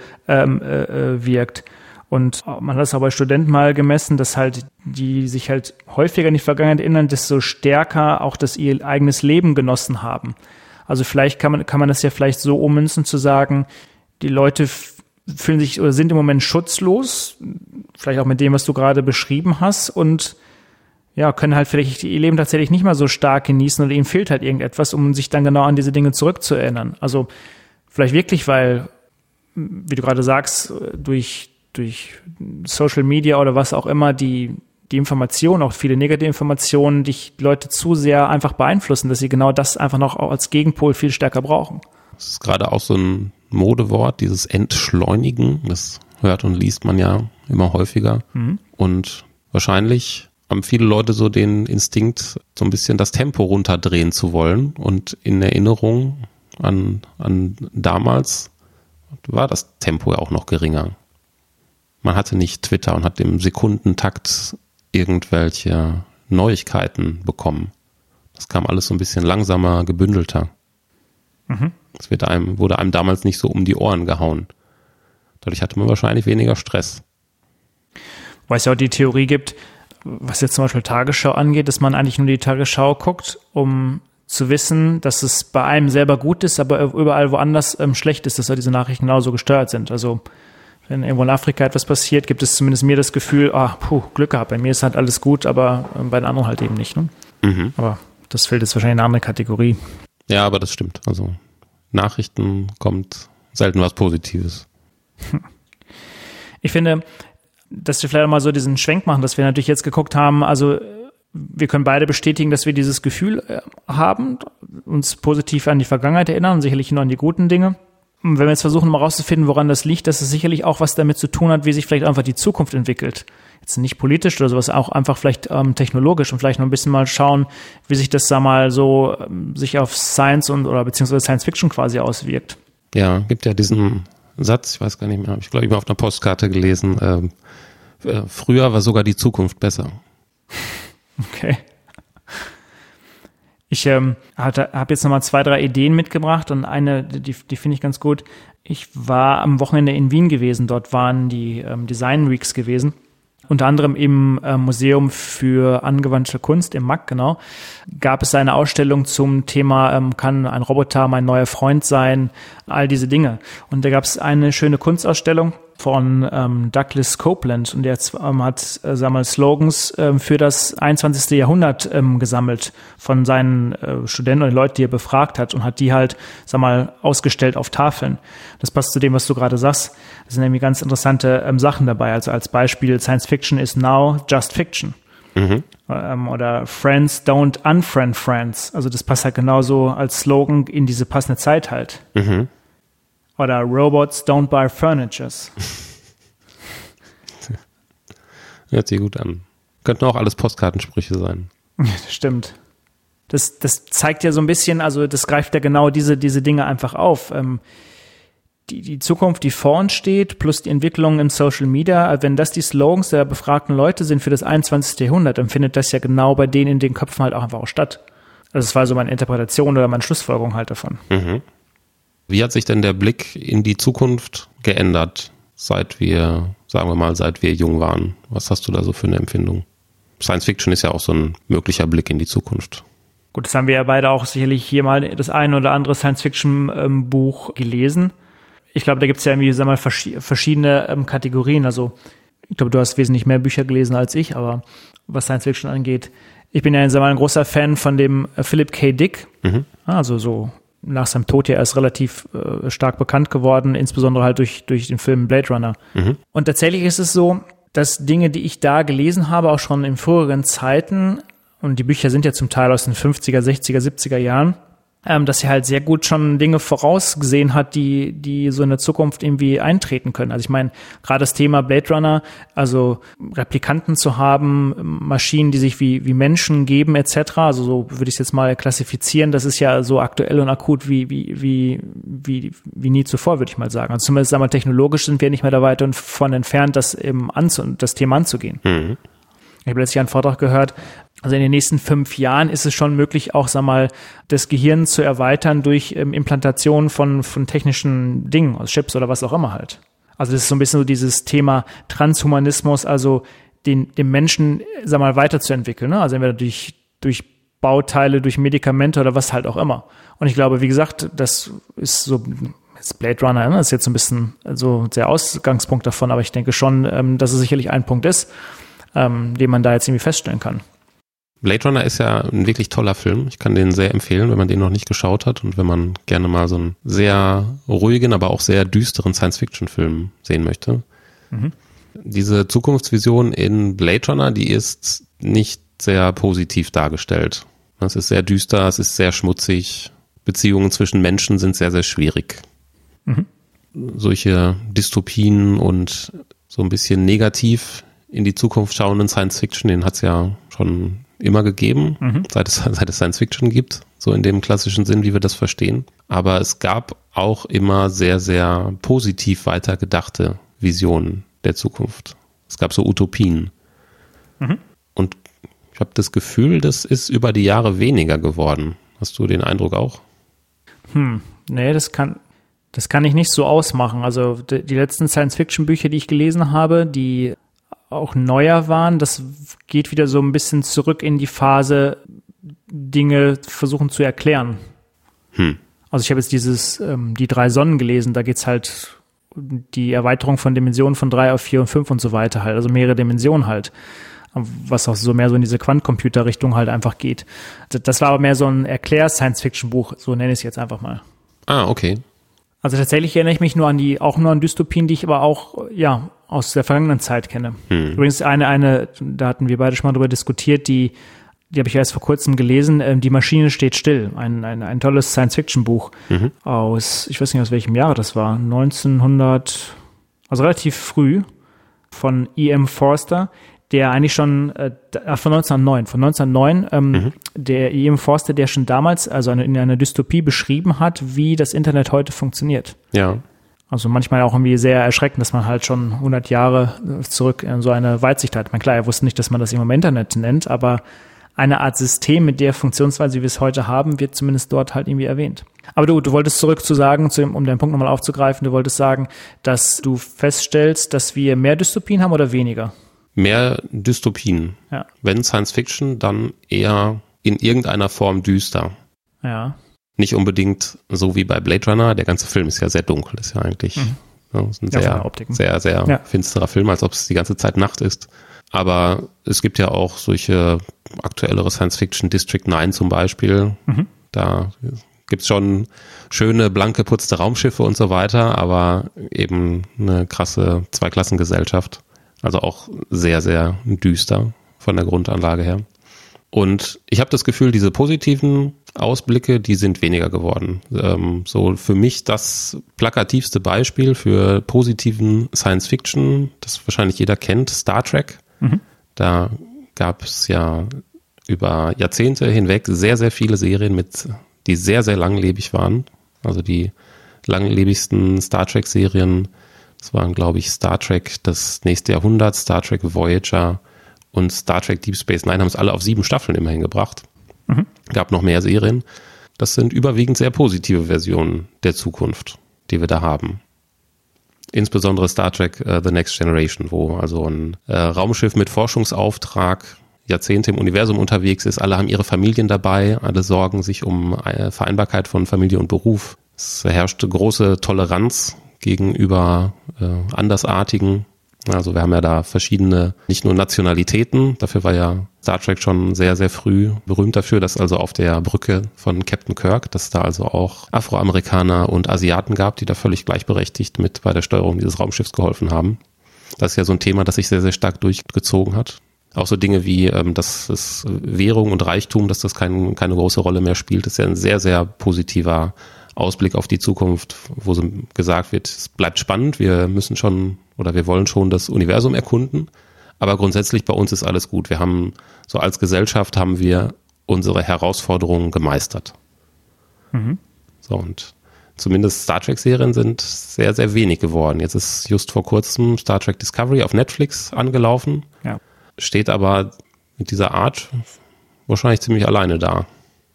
wirkt. Und man hat es auch bei Studenten mal gemessen, dass halt die sich halt häufiger an die Vergangenheit erinnern, desto stärker auch das ihr eigenes Leben genossen haben. Also vielleicht kann man das ja vielleicht so ummünzen zu sagen, die Leute fühlen sich oder sind im Moment schutzlos, vielleicht auch mit dem, was du gerade beschrieben hast und ja, können halt vielleicht ihr Leben tatsächlich nicht mal so stark genießen oder ihnen fehlt halt irgendetwas, um sich dann genau an diese Dinge zurückzuerinnern. Also vielleicht wirklich, weil, wie du gerade sagst, durch Social Media oder was auch immer, die Informationen, auch viele negative Informationen, die Leute zu sehr einfach beeinflussen, dass sie genau das einfach noch auch als Gegenpol viel stärker brauchen. Das ist gerade auch so ein Modewort, dieses Entschleunigen. Das hört und liest man ja immer häufiger. Und wahrscheinlich haben viele Leute so den Instinkt, so ein bisschen das Tempo runterdrehen zu wollen. Und in Erinnerung an damals war das Tempo ja auch noch geringer. Man hatte nicht Twitter und hat im Sekundentakt irgendwelche Neuigkeiten bekommen. Das kam alles so ein bisschen langsamer, gebündelter. Das wurde einem damals nicht so um die Ohren gehauen. Dadurch hatte man wahrscheinlich weniger Stress. Weil es ja auch die Theorie gibt, was jetzt zum Beispiel Tagesschau angeht, dass man eigentlich nur die Tagesschau guckt, um zu wissen, dass es bei einem selber gut ist, aber überall woanders schlecht ist, dass ja diese Nachrichten genauso gesteuert sind. Also wenn irgendwo in Afrika etwas passiert, gibt es zumindest mir das Gefühl, Glück gehabt, bei mir ist halt alles gut, aber bei den anderen halt eben nicht. Ne? Aber das fällt jetzt wahrscheinlich in eine andere Kategorie. Ja, aber das stimmt. Also Nachrichten kommt selten was Positives. Ich finde, dass wir vielleicht mal so diesen Schwenk machen, dass wir natürlich jetzt geguckt haben, also wir können beide bestätigen, dass wir dieses Gefühl haben, uns positiv an die Vergangenheit erinnern und sicherlich nur an die guten Dinge. Und wenn wir jetzt versuchen, mal rauszufinden, woran das liegt, dass es sicherlich auch was damit zu tun hat, wie sich vielleicht einfach die Zukunft entwickelt. Jetzt nicht politisch oder sowas, auch einfach vielleicht technologisch und vielleicht noch ein bisschen mal schauen, wie sich das, sich auf Science oder beziehungsweise Science Fiction quasi auswirkt. Ja, gibt ja diesen Satz, ich weiß gar nicht mehr, habe ich glaube ich mal auf einer Postkarte gelesen, früher war sogar die Zukunft besser. Okay. Ich habe jetzt nochmal 2, 3 Ideen mitgebracht und eine, die finde ich ganz gut. Ich war am Wochenende in Wien gewesen, dort waren die Design Weeks gewesen. Unter anderem im Museum für angewandte Kunst, im MAC, genau, gab es eine Ausstellung zum Thema, kann ein Roboter mein neuer Freund sein, all diese Dinge. Und da gab es eine schöne Kunstausstellung von Douglas Copeland und der hat Slogans für das 21. Jahrhundert gesammelt von seinen Studenten und Leuten, die er befragt hat und hat die halt, ausgestellt auf Tafeln. Das passt zu dem, was du gerade sagst. Das sind nämlich ganz interessante Sachen dabei. Also als Beispiel, Science Fiction is now just fiction. Oder Friends don't unfriend friends. Also das passt halt genauso als Slogan in diese passende Zeit halt. Oder Robots don't buy furnitures. Hört sich gut an. Könnten auch alles Postkartensprüche sein. Ja, das stimmt. Das zeigt ja so ein bisschen, also das greift ja genau diese Dinge einfach auf. Die Zukunft, die vor uns steht, plus die Entwicklung in Social Media, wenn das die Slogans der befragten Leute sind für das 21. Jahrhundert, dann findet das ja genau bei denen in den Köpfen halt auch einfach auch statt. Also das war so meine Interpretation oder meine Schlussfolgerung halt davon. Wie hat sich denn der Blick in die Zukunft geändert, seit wir jung waren? Was hast du da so für eine Empfindung? Science Fiction ist ja auch so ein möglicher Blick in die Zukunft. Gut, das haben wir ja beide auch sicherlich hier mal das eine oder andere Science-Fiction-Buch gelesen. Ich glaube, da gibt es ja irgendwie, verschiedene Kategorien. Also ich glaube, du hast wesentlich mehr Bücher gelesen als ich, aber was Science-Fiction angeht, ich bin ja ein großer Fan von dem Philip K. Dick. Also so nach seinem Tod ja erst relativ stark bekannt geworden, insbesondere halt durch den Film Blade Runner. Und tatsächlich ist es so, dass Dinge, die ich da gelesen habe, auch schon in früheren Zeiten, und die Bücher sind ja zum Teil aus den 50er, 60er, 70er Jahren, dass er halt sehr gut schon Dinge vorausgesehen hat, die so in der Zukunft irgendwie eintreten können. Also ich meine, gerade das Thema Blade Runner, also Replikanten zu haben, Maschinen, die sich wie Menschen geben etc., also so würde ich es jetzt mal klassifizieren, das ist ja so aktuell und akut wie nie zuvor, würde ich mal sagen. Also zumindest technologisch sind wir nicht mehr da weit davon entfernt, das Thema anzugehen. Ich habe letztlich einen Vortrag gehört, also in den nächsten 5 Jahren ist es schon möglich, auch, das Gehirn zu erweitern durch Implantation von technischen Dingen, aus Chips oder was auch immer halt. Also das ist so ein bisschen so dieses Thema Transhumanismus, also den Menschen, weiterzuentwickeln, ne? Also entweder durch Bauteile, durch Medikamente oder was halt auch immer. Und ich glaube, wie gesagt, das ist so, jetzt Blade Runner, ne? Das ist jetzt so ein bisschen so der Ausgangspunkt davon, aber ich denke schon, dass es sicherlich ein Punkt ist, den man da jetzt irgendwie feststellen kann. Blade Runner ist ja ein wirklich toller Film. Ich kann den sehr empfehlen, wenn man den noch nicht geschaut hat und wenn man gerne mal so einen sehr ruhigen, aber auch sehr düsteren Science-Fiction-Film sehen möchte. Diese Zukunftsvision in Blade Runner, die ist nicht sehr positiv dargestellt. Es ist sehr düster, es ist sehr schmutzig. Beziehungen zwischen Menschen sind sehr, sehr schwierig. Solche Dystopien und so ein bisschen negativ in die Zukunft schauenden Science-Fiction, den hat es ja schon immer gegeben, seit es Science-Fiction gibt, so in dem klassischen Sinn, wie wir das verstehen. Aber es gab auch immer sehr, sehr positiv weitergedachte Visionen der Zukunft. Es gab so Utopien. Und ich habe das Gefühl, das ist über die Jahre weniger geworden. Hast du den Eindruck auch? Nee, das kann ich nicht so ausmachen. Also die letzten Science-Fiction-Bücher, die ich gelesen habe, die auch neuer waren, das geht wieder so ein bisschen zurück in die Phase, Dinge versuchen zu erklären. Also ich habe jetzt die 3 Sonnen gelesen, da geht's halt die Erweiterung von Dimensionen von 3 auf 4 und 5 und so weiter halt, also mehrere Dimensionen halt, was auch so mehr so in diese Quantencomputer-Richtung halt einfach geht. Das war aber mehr so ein Erklär-Science-Fiction-Buch, so nenne ich es jetzt einfach mal. Ah, okay. Also tatsächlich erinnere ich mich nur an Dystopien, die ich aber auch, ja, aus der vergangenen Zeit kenne. Übrigens eine, da hatten wir beide schon mal drüber diskutiert, die habe ich erst vor kurzem gelesen, Die Maschine steht still. Ein tolles Science-Fiction-Buch aus, ich weiß nicht aus welchem Jahr das war, 1900, also relativ früh, von E.M. Forster, der eigentlich schon, von 1909, der E.M. Forster, der schon damals, also in einer Dystopie beschrieben hat, wie das Internet heute funktioniert. Ja. Also manchmal auch irgendwie sehr erschreckend, dass man halt schon 100 Jahre zurück in so eine Weitsicht hat. Ich meine, klar, er wusste nicht, dass man das im Internet nennt, aber eine Art System mit der Funktionsweise, wie wir es heute haben, wird zumindest dort halt irgendwie erwähnt. Aber du wolltest zurück zu sagen, um deinen Punkt nochmal aufzugreifen, du wolltest sagen, dass du feststellst, dass wir mehr Dystopien haben oder weniger? Mehr Dystopien. Ja. Wenn Science Fiction, dann eher in irgendeiner Form düster. Ja. Nicht unbedingt so wie bei Blade Runner. Der ganze Film ist ja sehr dunkel. Ist ja eigentlich ist ein sehr finsterer Film, als ob es die ganze Zeit Nacht ist. Aber es gibt ja auch solche aktuellere Science Fiction, District 9 zum Beispiel. Da gibt's schon schöne, blank geputzte Raumschiffe und so weiter, aber eben eine krasse Zweiklassengesellschaft. Also auch sehr, sehr düster von der Grundanlage her. Und ich habe das Gefühl, diese positiven Ausblicke, die sind weniger geworden. So für mich das plakativste Beispiel für positiven Science Fiction, das wahrscheinlich jeder kennt, Star Trek. Da gab es ja über Jahrzehnte hinweg sehr, sehr viele Serien die sehr, sehr langlebig waren. Also die langlebigsten Star Trek-Serien, das waren, glaube ich, Star Trek das nächste Jahrhundert, Star Trek Voyager und Star Trek Deep Space Nine haben es alle auf 7 Staffeln immerhin gebracht. Gab noch mehr Serien. Das sind überwiegend sehr positive Versionen der Zukunft, die wir da haben. Insbesondere Star Trek The Next Generation, wo also ein Raumschiff mit Forschungsauftrag Jahrzehnte im Universum unterwegs ist. Alle haben ihre Familien dabei, alle sorgen sich um Vereinbarkeit von Familie und Beruf. Es herrscht große Toleranz gegenüber Andersartigen. Also wir haben ja da verschiedene, nicht nur Nationalitäten, dafür war ja Star Trek schon sehr, sehr früh berühmt dafür, dass also auf der Brücke von Captain Kirk, dass da also auch Afroamerikaner und Asiaten gab, die da völlig gleichberechtigt mit bei der Steuerung dieses Raumschiffs geholfen haben. Das ist ja so ein Thema, das sich sehr, sehr stark durchgezogen hat. Auch so Dinge wie, dass es Währung und Reichtum, dass das keine große Rolle mehr spielt, ist ja ein sehr, sehr positiver Ausblick auf die Zukunft, wo so gesagt wird, es bleibt spannend, wir müssen schon oder wir wollen schon das Universum erkunden, aber grundsätzlich bei uns ist alles gut. Wir haben, so als Gesellschaft haben wir unsere Herausforderungen gemeistert. So, und zumindest Star Trek-Serien sind sehr, sehr wenig geworden. Jetzt ist just vor kurzem Star Trek Discovery auf Netflix angelaufen, steht aber mit dieser Art wahrscheinlich ziemlich alleine da.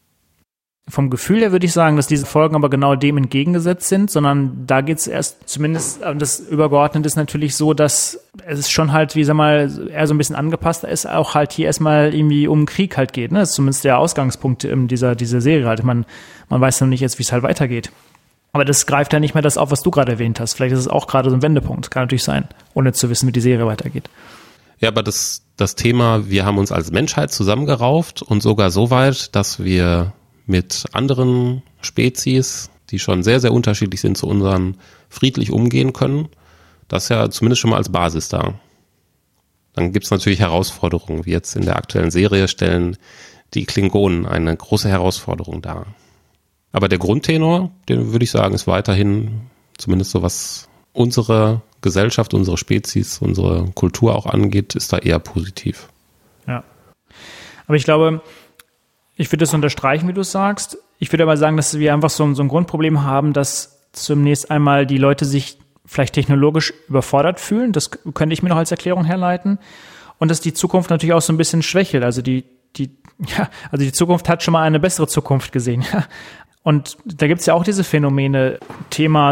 Vom Gefühl her würde ich sagen, dass diese Folgen aber genau dem entgegengesetzt sind, sondern da geht es erst, zumindest das Übergeordnete ist natürlich so, dass es schon halt, wie sag mal, eher so ein bisschen angepasster ist, auch halt hier erstmal irgendwie um Krieg halt geht. Ne? Das ist zumindest der Ausgangspunkt dieser Serie halt. Man weiß noch nicht jetzt, wie es halt weitergeht. Aber das greift ja nicht mehr das auf, was du gerade erwähnt hast. Vielleicht ist es auch gerade so ein Wendepunkt. Kann natürlich sein, ohne zu wissen, wie die Serie weitergeht. Ja, aber das Thema, wir haben uns als Menschheit zusammengerauft und sogar so weit, dass wir mit anderen Spezies, die schon sehr, sehr unterschiedlich sind zu unseren, friedlich umgehen können. Das ist ja zumindest schon mal als Basis da. Dann gibt es natürlich Herausforderungen, wie jetzt in der aktuellen Serie stellen die Klingonen eine große Herausforderung dar. Aber der Grundtenor, den würde ich sagen, ist weiterhin, zumindest so was unsere Gesellschaft, unsere Spezies, unsere Kultur auch angeht, ist da eher positiv. Ja. Aber ich glaube, ich würde das unterstreichen, wie du es sagst. Ich würde aber sagen, dass wir einfach so ein Grundproblem haben, dass dass zunächst einmal die Leute sich vielleicht technologisch überfordert fühlen. Das könnte ich mir noch als Erklärung herleiten. Und dass die Zukunft natürlich auch so ein bisschen schwächelt. Also die Zukunft hat schon mal eine bessere Zukunft gesehen. Ja. Und da gibt's ja auch diese Phänomene, Thema,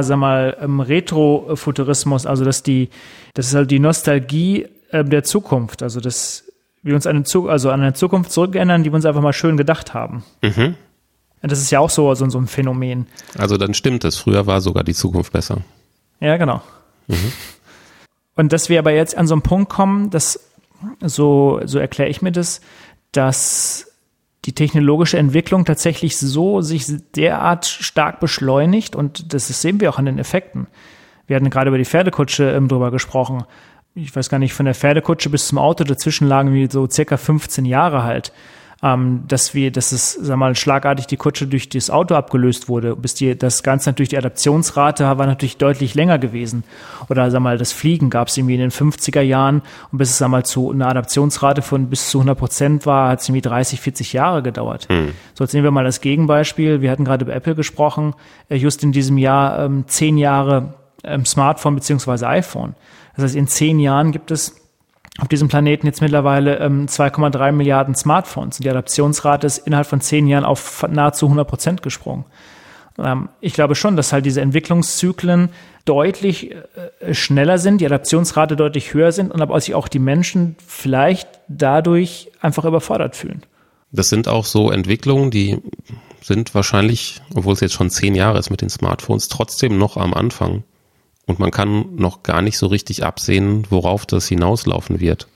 Retrofuturismus, also das ist halt die Nostalgie der Zukunft, also dass wir uns an eine Zukunft zurückerinnern, die wir uns einfach mal schön gedacht haben. Mhm. Das ist ja auch so ein Phänomen. Also dann stimmt es, früher war sogar die Zukunft besser. Ja, genau. Mhm. Und dass wir aber jetzt an so einen Punkt kommen, dass, so erkläre ich mir das, dass die technologische Entwicklung tatsächlich so sich derart stark beschleunigt, und das sehen wir auch an den Effekten. Wir hatten gerade über die Pferdekutsche drüber gesprochen. Ich weiß gar nicht, von der Pferdekutsche bis zum Auto dazwischen lagen wie so circa 15 Jahre halt. Dass schlagartig die Kutsche durch das Auto abgelöst wurde, das Ganze natürlich, die Adaptionsrate war natürlich deutlich länger gewesen. Oder das Fliegen gab es irgendwie in den 50er Jahren, und bis es zu einer Adaptionsrate von bis zu 100% war, hat es irgendwie 30, 40 Jahre gedauert. So, jetzt nehmen wir mal das Gegenbeispiel. Wir hatten gerade über Apple gesprochen, just in diesem Jahr 10 Jahre Smartphone bzw. iPhone. Das heißt, in 10 Jahren gibt es auf diesem Planeten jetzt mittlerweile 2,3 Milliarden Smartphones. Und die Adaptionsrate ist innerhalb von 10 Jahren auf nahezu 100% gesprungen. Ich glaube schon, dass halt diese Entwicklungszyklen deutlich schneller sind, die Adaptionsrate deutlich höher sind, und aber sich auch die Menschen vielleicht dadurch einfach überfordert fühlen. Das sind auch so Entwicklungen, die sind wahrscheinlich, obwohl es jetzt schon 10 Jahre ist mit den Smartphones, trotzdem noch am Anfang. Und man kann noch gar nicht so richtig absehen, worauf das hinauslaufen wird.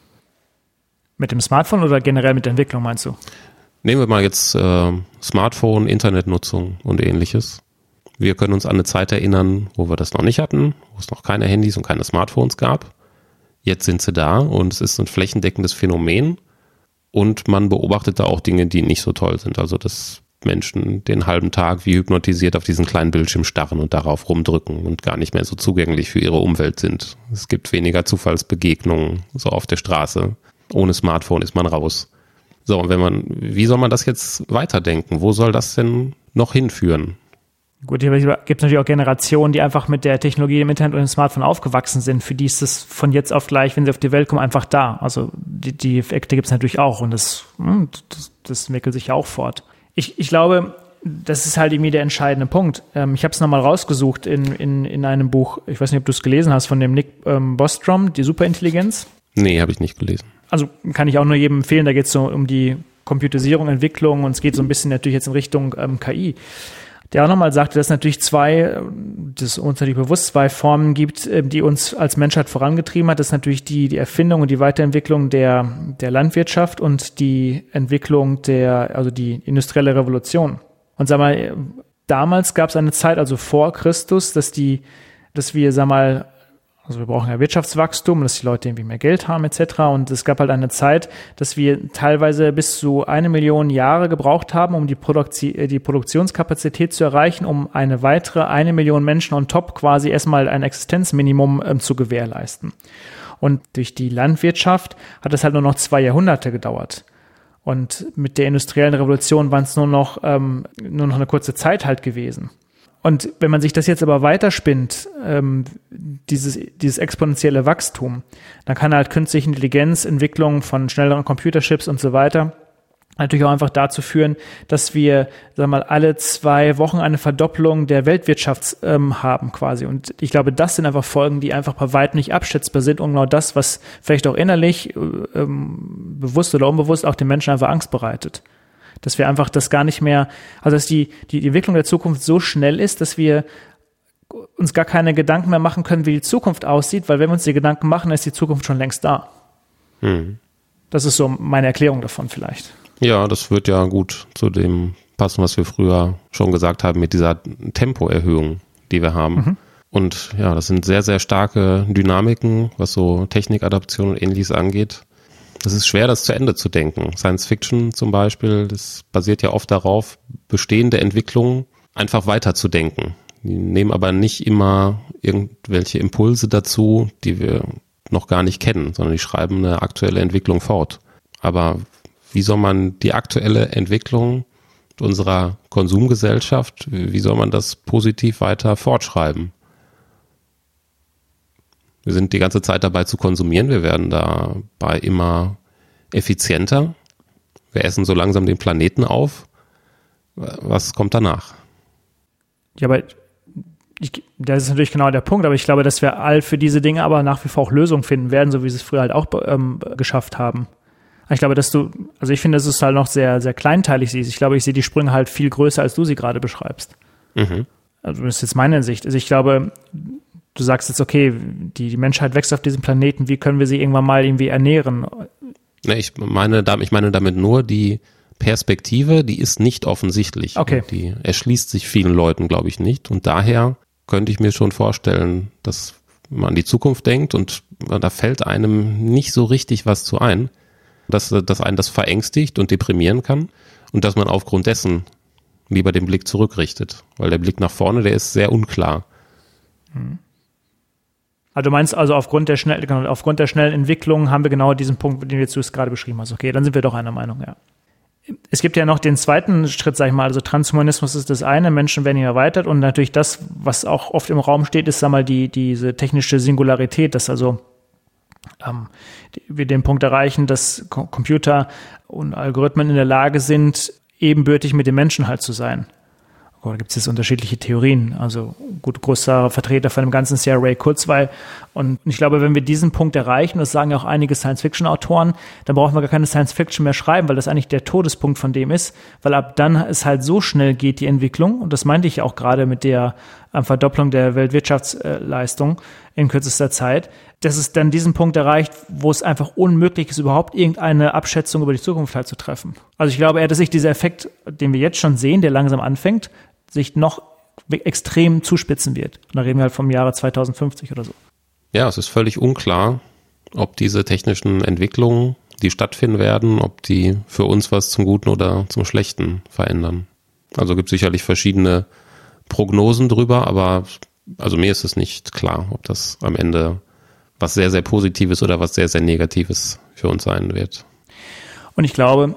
Mit dem Smartphone oder generell mit der Entwicklung, meinst du? Nehmen wir mal jetzt Smartphone, Internetnutzung und ähnliches. Wir können uns an eine Zeit erinnern, wo wir das noch nicht hatten, wo es noch keine Handys und keine Smartphones gab. Jetzt sind sie da und es ist ein flächendeckendes Phänomen. Und man beobachtet da auch Dinge, die nicht so toll sind. Also dass Menschen den halben Tag wie hypnotisiert auf diesen kleinen Bildschirm starren und darauf rumdrücken und gar nicht mehr so zugänglich für ihre Umwelt sind. Es gibt weniger Zufallsbegegnungen so auf der Straße. Ohne Smartphone ist man raus. So, wie soll man das jetzt weiterdenken? Wo soll das denn noch hinführen? Gut, hier gibt es natürlich auch Generationen, die einfach mit der Technologie im Internet und dem Smartphone aufgewachsen sind. Für die ist das von jetzt auf gleich, wenn sie auf die Welt kommen, einfach da. Also die Effekte gibt es natürlich auch, und das entwickelt sich ja auch fort. Ich glaube, das ist halt irgendwie der entscheidende Punkt. Ich habe es nochmal rausgesucht in einem Buch, ich weiß nicht, ob du es gelesen hast, von dem Nick Bostrom, die Superintelligenz. Nee, habe ich nicht gelesen. Also kann ich auch nur jedem empfehlen, da geht es so um die Computerisierung, Entwicklung, und es geht so ein bisschen natürlich jetzt in Richtung KI. Der auch nochmal sagte, dass es natürlich zwei Formen gibt, die uns als Menschheit vorangetrieben hat. Das ist natürlich die Erfindung und die Weiterentwicklung der Landwirtschaft und die Entwicklung also die industrielle Revolution. Und damals gab es eine Zeit, also vor Christus, also wir brauchen ja Wirtschaftswachstum, dass die Leute irgendwie mehr Geld haben etc. Und es gab halt eine Zeit, dass wir teilweise bis zu 1 Million Jahre gebraucht haben, um die Produktionskapazität zu erreichen, um eine weitere 1 Million Menschen on top quasi erstmal ein Existenzminimum zu gewährleisten. Und durch die Landwirtschaft hat es halt nur noch 2 Jahrhunderte gedauert. Und mit der industriellen Revolution waren es nur noch eine kurze Zeit halt gewesen. Und wenn man sich das jetzt aber weiterspinnt, dieses exponentielle Wachstum, dann kann halt künstliche Intelligenz, Entwicklung von schnelleren Computerchips und so weiter natürlich auch einfach dazu führen, dass wir, alle 2 Wochen eine Verdopplung der Weltwirtschaft haben quasi. Und ich glaube, das sind einfach Folgen, die einfach bei weitem nicht abschätzbar sind, und genau das, was vielleicht auch innerlich, bewusst oder unbewusst, auch den Menschen einfach Angst bereitet. Dass wir einfach das gar nicht mehr, also dass die Entwicklung der Zukunft so schnell ist, dass wir uns gar keine Gedanken mehr machen können, wie die Zukunft aussieht, weil wenn wir uns die Gedanken machen, ist die Zukunft schon längst da. Das ist so meine Erklärung davon vielleicht. Ja, das wird ja gut zu dem passen, was wir früher schon gesagt haben mit dieser Tempoerhöhung, die wir haben. Und ja, das sind sehr, sehr starke Dynamiken, was so Technikadaption und Ähnliches angeht. Es ist schwer, das zu Ende zu denken. Science Fiction zum Beispiel, das basiert ja oft darauf, bestehende Entwicklungen einfach weiterzudenken. Die nehmen aber nicht immer irgendwelche Impulse dazu, die wir noch gar nicht kennen, sondern die schreiben eine aktuelle Entwicklung fort. Aber wie soll man die aktuelle Entwicklung unserer Konsumgesellschaft, wie soll man das positiv weiter fortschreiben? Wir sind die ganze Zeit dabei zu konsumieren, wir werden dabei immer effizienter. Wir essen so langsam den Planeten auf. Was kommt danach? Ja, aber das ist natürlich genau der Punkt, aber ich glaube, dass wir all für diese Dinge aber nach wie vor auch Lösungen finden werden, so wie sie es früher halt auch geschafft haben. Ich glaube, ich finde, dass du es halt noch sehr, sehr kleinteilig siehst. Ich glaube, ich sehe die Sprünge halt viel größer, als du sie gerade beschreibst. Mhm. Also das ist jetzt meine Sicht. Also ich glaube, du sagst jetzt, okay, die Menschheit wächst auf diesem Planeten, wie können wir sie irgendwann mal irgendwie ernähren? Ne, ich meine damit nur die Perspektive, die ist nicht offensichtlich. Okay. Die erschließt sich vielen Leuten, glaube ich, nicht. Und daher könnte ich mir schon vorstellen, dass man an die Zukunft denkt und da fällt einem nicht so richtig was zu ein, dass einen das verängstigt und deprimieren kann und dass man aufgrund dessen lieber den Blick zurückrichtet. Weil der Blick nach vorne, der ist sehr unklar. Also du meinst also aufgrund der schnellen Entwicklung haben wir genau diesen Punkt, den du jetzt gerade beschrieben hast. Okay, dann sind wir doch einer Meinung, ja. Es gibt ja noch den zweiten Schritt, sag ich mal, also Transhumanismus ist das eine, Menschen werden hier erweitert und natürlich das, was auch oft im Raum steht, ist, sag mal, diese technische Singularität, dass also wir den Punkt erreichen, dass Computer und Algorithmen in der Lage sind, ebenbürtig mit den Menschen halt zu sein. Da gibt es jetzt unterschiedliche Theorien. Also gut, großer Vertreter von dem Ganzen ist ja Ray Kurzweil. Und ich glaube, wenn wir diesen Punkt erreichen, das sagen ja auch einige Science-Fiction-Autoren, dann brauchen wir gar keine Science-Fiction mehr schreiben, weil das eigentlich der Todespunkt von dem ist. Weil ab dann es halt so schnell geht, die Entwicklung. Und das meinte ich auch gerade mit der Verdopplung der Weltwirtschaftsleistung in kürzester Zeit, dass es dann diesen Punkt erreicht, wo es einfach unmöglich ist, überhaupt irgendeine Abschätzung über die Zukunft halt zu treffen. Also ich glaube eher, dass sich dieser Effekt, den wir jetzt schon sehen, der langsam anfängt, sich noch extrem zuspitzen wird. Und da reden wir halt vom Jahre 2050 oder so. Ja, es ist völlig unklar, ob diese technischen Entwicklungen, die stattfinden werden, ob die für uns was zum Guten oder zum Schlechten verändern. Also gibt es sicherlich verschiedene Prognosen drüber, aber also mir ist es nicht klar, ob das am Ende was sehr, sehr Positives oder was sehr, sehr Negatives für uns sein wird. Und ich glaube,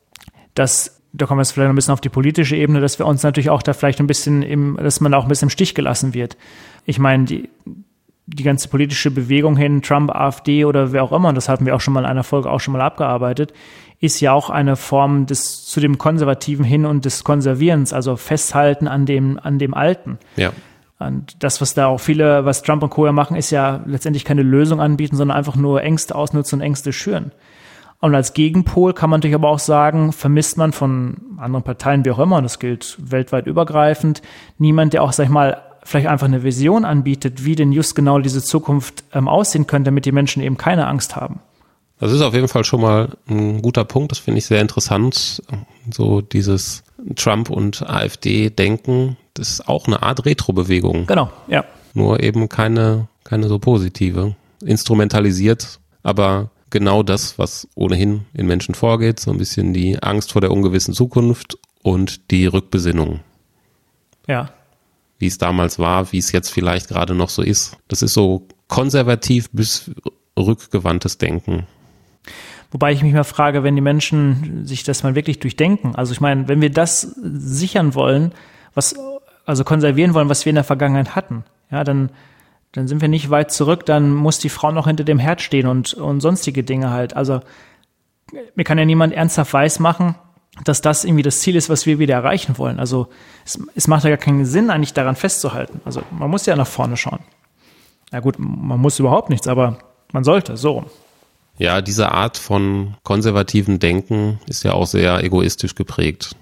dass, da kommen wir jetzt vielleicht ein bisschen auf die politische Ebene, dass wir uns natürlich auch da vielleicht ein bisschen dass man auch ein bisschen im Stich gelassen wird. Ich meine, die ganze politische Bewegung hin, Trump, AfD oder wer auch immer, und das hatten wir auch schon mal in einer Folge auch schon mal abgearbeitet, ist ja auch eine Form zu dem Konservativen hin und des Konservierens, also Festhalten an dem Alten. Ja. Und das, was Trump und Co. ja machen, ist ja letztendlich keine Lösung anbieten, sondern einfach nur Ängste ausnutzen und Ängste schüren. Und als Gegenpol kann man natürlich aber auch sagen, vermisst man von anderen Parteien, wie auch immer, und das gilt weltweit übergreifend, niemand, der auch, sag ich mal, vielleicht einfach eine Vision anbietet, wie denn just genau diese Zukunft aussehen könnte, damit die Menschen eben keine Angst haben. Das ist auf jeden Fall schon mal ein guter Punkt, das finde ich sehr interessant, so dieses Trump- und AfD-Denken, das ist auch eine Art Retro-Bewegung. Genau, ja. Nur eben keine so positive, instrumentalisiert, aber genau das, was ohnehin in Menschen vorgeht, so ein bisschen die Angst vor der ungewissen Zukunft und die Rückbesinnung. Ja. Wie es damals war, wie es jetzt vielleicht gerade noch so ist. Das ist so konservativ bis rückgewandtes Denken. Wobei ich mich mal frage, wenn die Menschen sich das mal wirklich durchdenken, also ich meine, wenn wir das sichern wollen, also konservieren wollen, was wir in der Vergangenheit hatten, ja, dann sind wir nicht weit zurück, dann muss die Frau noch hinter dem Herd stehen und sonstige Dinge halt. Also mir kann ja niemand ernsthaft weismachen, dass das irgendwie das Ziel ist, was wir wieder erreichen wollen. Also es macht ja gar keinen Sinn, eigentlich daran festzuhalten. Also man muss ja nach vorne schauen. Na gut, man muss überhaupt nichts, aber man sollte, so. Ja, diese Art von konservativen Denken ist ja auch sehr egoistisch geprägt.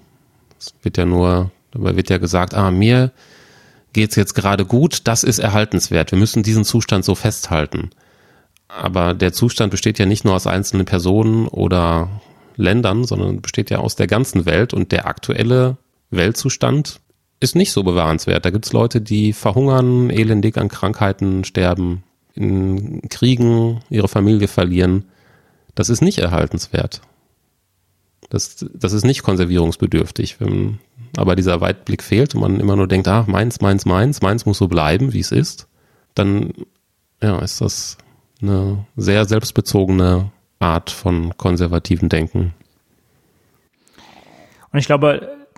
Dabei wird ja gesagt, mir geht's jetzt gerade gut, das ist erhaltenswert. Wir müssen diesen Zustand so festhalten. Aber der Zustand besteht ja nicht nur aus einzelnen Personen oder Ländern, sondern besteht ja aus der ganzen Welt und der aktuelle Weltzustand ist nicht so bewahrenswert. Da gibt's Leute, die verhungern, elendig an Krankheiten sterben, in Kriegen ihre Familie verlieren. Das ist nicht erhaltenswert. Das ist nicht konservierungsbedürftig. Wenn aber dieser Weitblick fehlt und man immer nur denkt, meins muss so bleiben, wie es ist, dann ist das eine sehr selbstbezogene Art von konservativen Denken. Und ich glaube,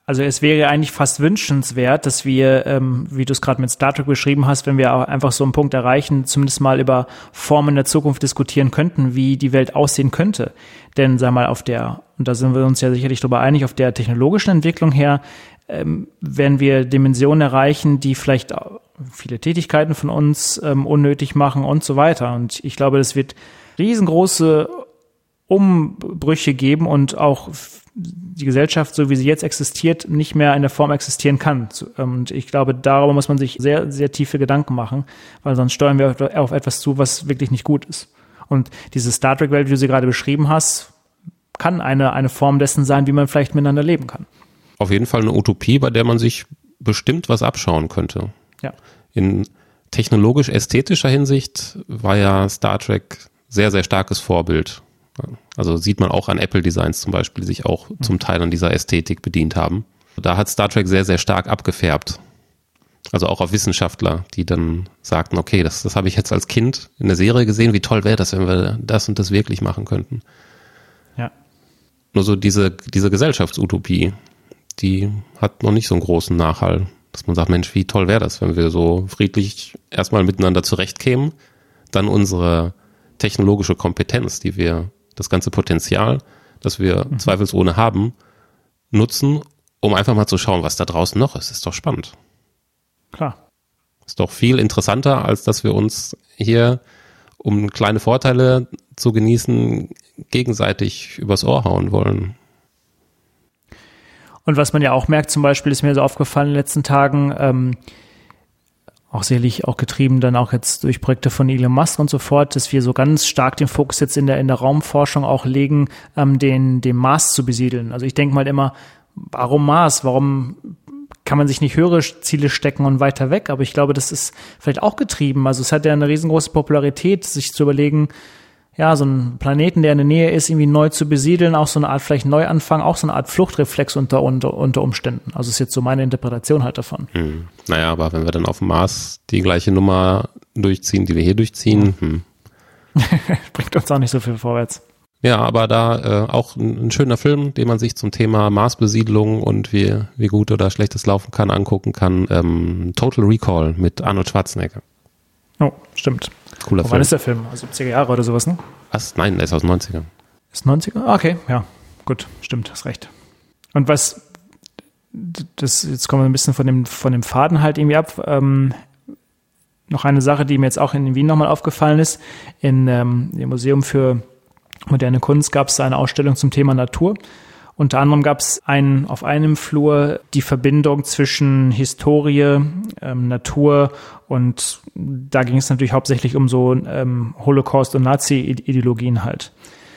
Also es wäre eigentlich fast wünschenswert, dass wir, wie du es gerade mit Star Trek beschrieben hast, wenn wir auch einfach so einen Punkt erreichen, zumindest mal über Formen der Zukunft diskutieren könnten, wie die Welt aussehen könnte. Denn, sag mal, und da sind wir uns ja sicherlich drüber einig, auf der technologischen Entwicklung her, werden wir Dimensionen erreichen, die vielleicht viele Tätigkeiten von uns unnötig machen und so weiter. Und ich glaube, das wird riesengroße Umbrüche geben und auch die Gesellschaft, so wie sie jetzt existiert, nicht mehr in der Form existieren kann. Und ich glaube, darüber muss man sich sehr, sehr tiefe Gedanken machen, weil sonst steuern wir auf etwas zu, was wirklich nicht gut ist. Und diese Star Trek-Welt, wie du sie gerade beschrieben hast, kann eine Form dessen sein, wie man vielleicht miteinander leben kann. Auf jeden Fall eine Utopie, bei der man sich bestimmt was abschauen könnte. Ja. In technologisch-ästhetischer Hinsicht war ja Star Trek sehr, sehr starkes Vorbild. Also sieht man auch an Apple-Designs zum Beispiel, die sich auch zum Teil an dieser Ästhetik bedient haben. Da hat Star Trek sehr, sehr stark abgefärbt. Also auch auf Wissenschaftler, die dann sagten, okay, das habe ich jetzt als Kind in der Serie gesehen, wie toll wäre das, wenn wir das und das wirklich machen könnten. Ja. Nur so diese Gesellschaftsutopie, die hat noch nicht so einen großen Nachhall, dass man sagt, Mensch, wie toll wäre das, wenn wir so friedlich erstmal miteinander zurechtkämen, dann unsere technologische Kompetenz, das ganze Potenzial, das wir zweifelsohne haben, nutzen, um einfach mal zu schauen, was da draußen noch ist. Ist doch spannend. Klar. Ist doch viel interessanter, als dass wir uns hier, um kleine Vorteile zu genießen, gegenseitig übers Ohr hauen wollen. Und was man ja auch merkt, zum Beispiel ist mir so aufgefallen in den letzten Tagen, auch sicherlich auch getrieben dann auch jetzt durch Projekte von Elon Musk und so fort, dass wir so ganz stark den Fokus jetzt in der Raumforschung auch legen, den Mars zu besiedeln. Also ich denke mal immer, warum Mars? Warum kann man sich nicht höhere Ziele stecken und weiter weg? Aber ich glaube, das ist vielleicht auch getrieben. Also es hat ja eine riesengroße Popularität, sich zu überlegen, ja, so einen Planeten, der in der Nähe ist, irgendwie neu zu besiedeln, auch so eine Art vielleicht Neuanfang, auch so eine Art Fluchtreflex unter Umständen. Also ist jetzt so meine Interpretation halt davon. Naja, aber wenn wir dann auf dem Mars die gleiche Nummer durchziehen, die wir hier durchziehen, bringt uns auch nicht so viel vorwärts. Ja, aber da auch ein schöner Film, den man sich zum Thema Marsbesiedlung und wie gut oder schlecht es laufen kann, angucken kann. Total Recall mit Arnold Schwarzenegger. Oh, stimmt. Cooler Film. Wann ist der Film? 70er Jahre oder sowas, ne? Was? Nein, der ist aus den 90ern. Ist 90er? Okay, ja. Gut, stimmt, hast recht. Und jetzt kommen wir ein bisschen von dem Faden halt irgendwie ab. Noch eine Sache, die mir jetzt auch in Wien nochmal aufgefallen ist. In dem Museum für moderne Kunst gab es eine Ausstellung zum Thema Natur. Unter anderem gab es auf einem Flur die Verbindung zwischen Historie, Natur und da ging es natürlich hauptsächlich um so Holocaust- und Nazi-Ideologien halt.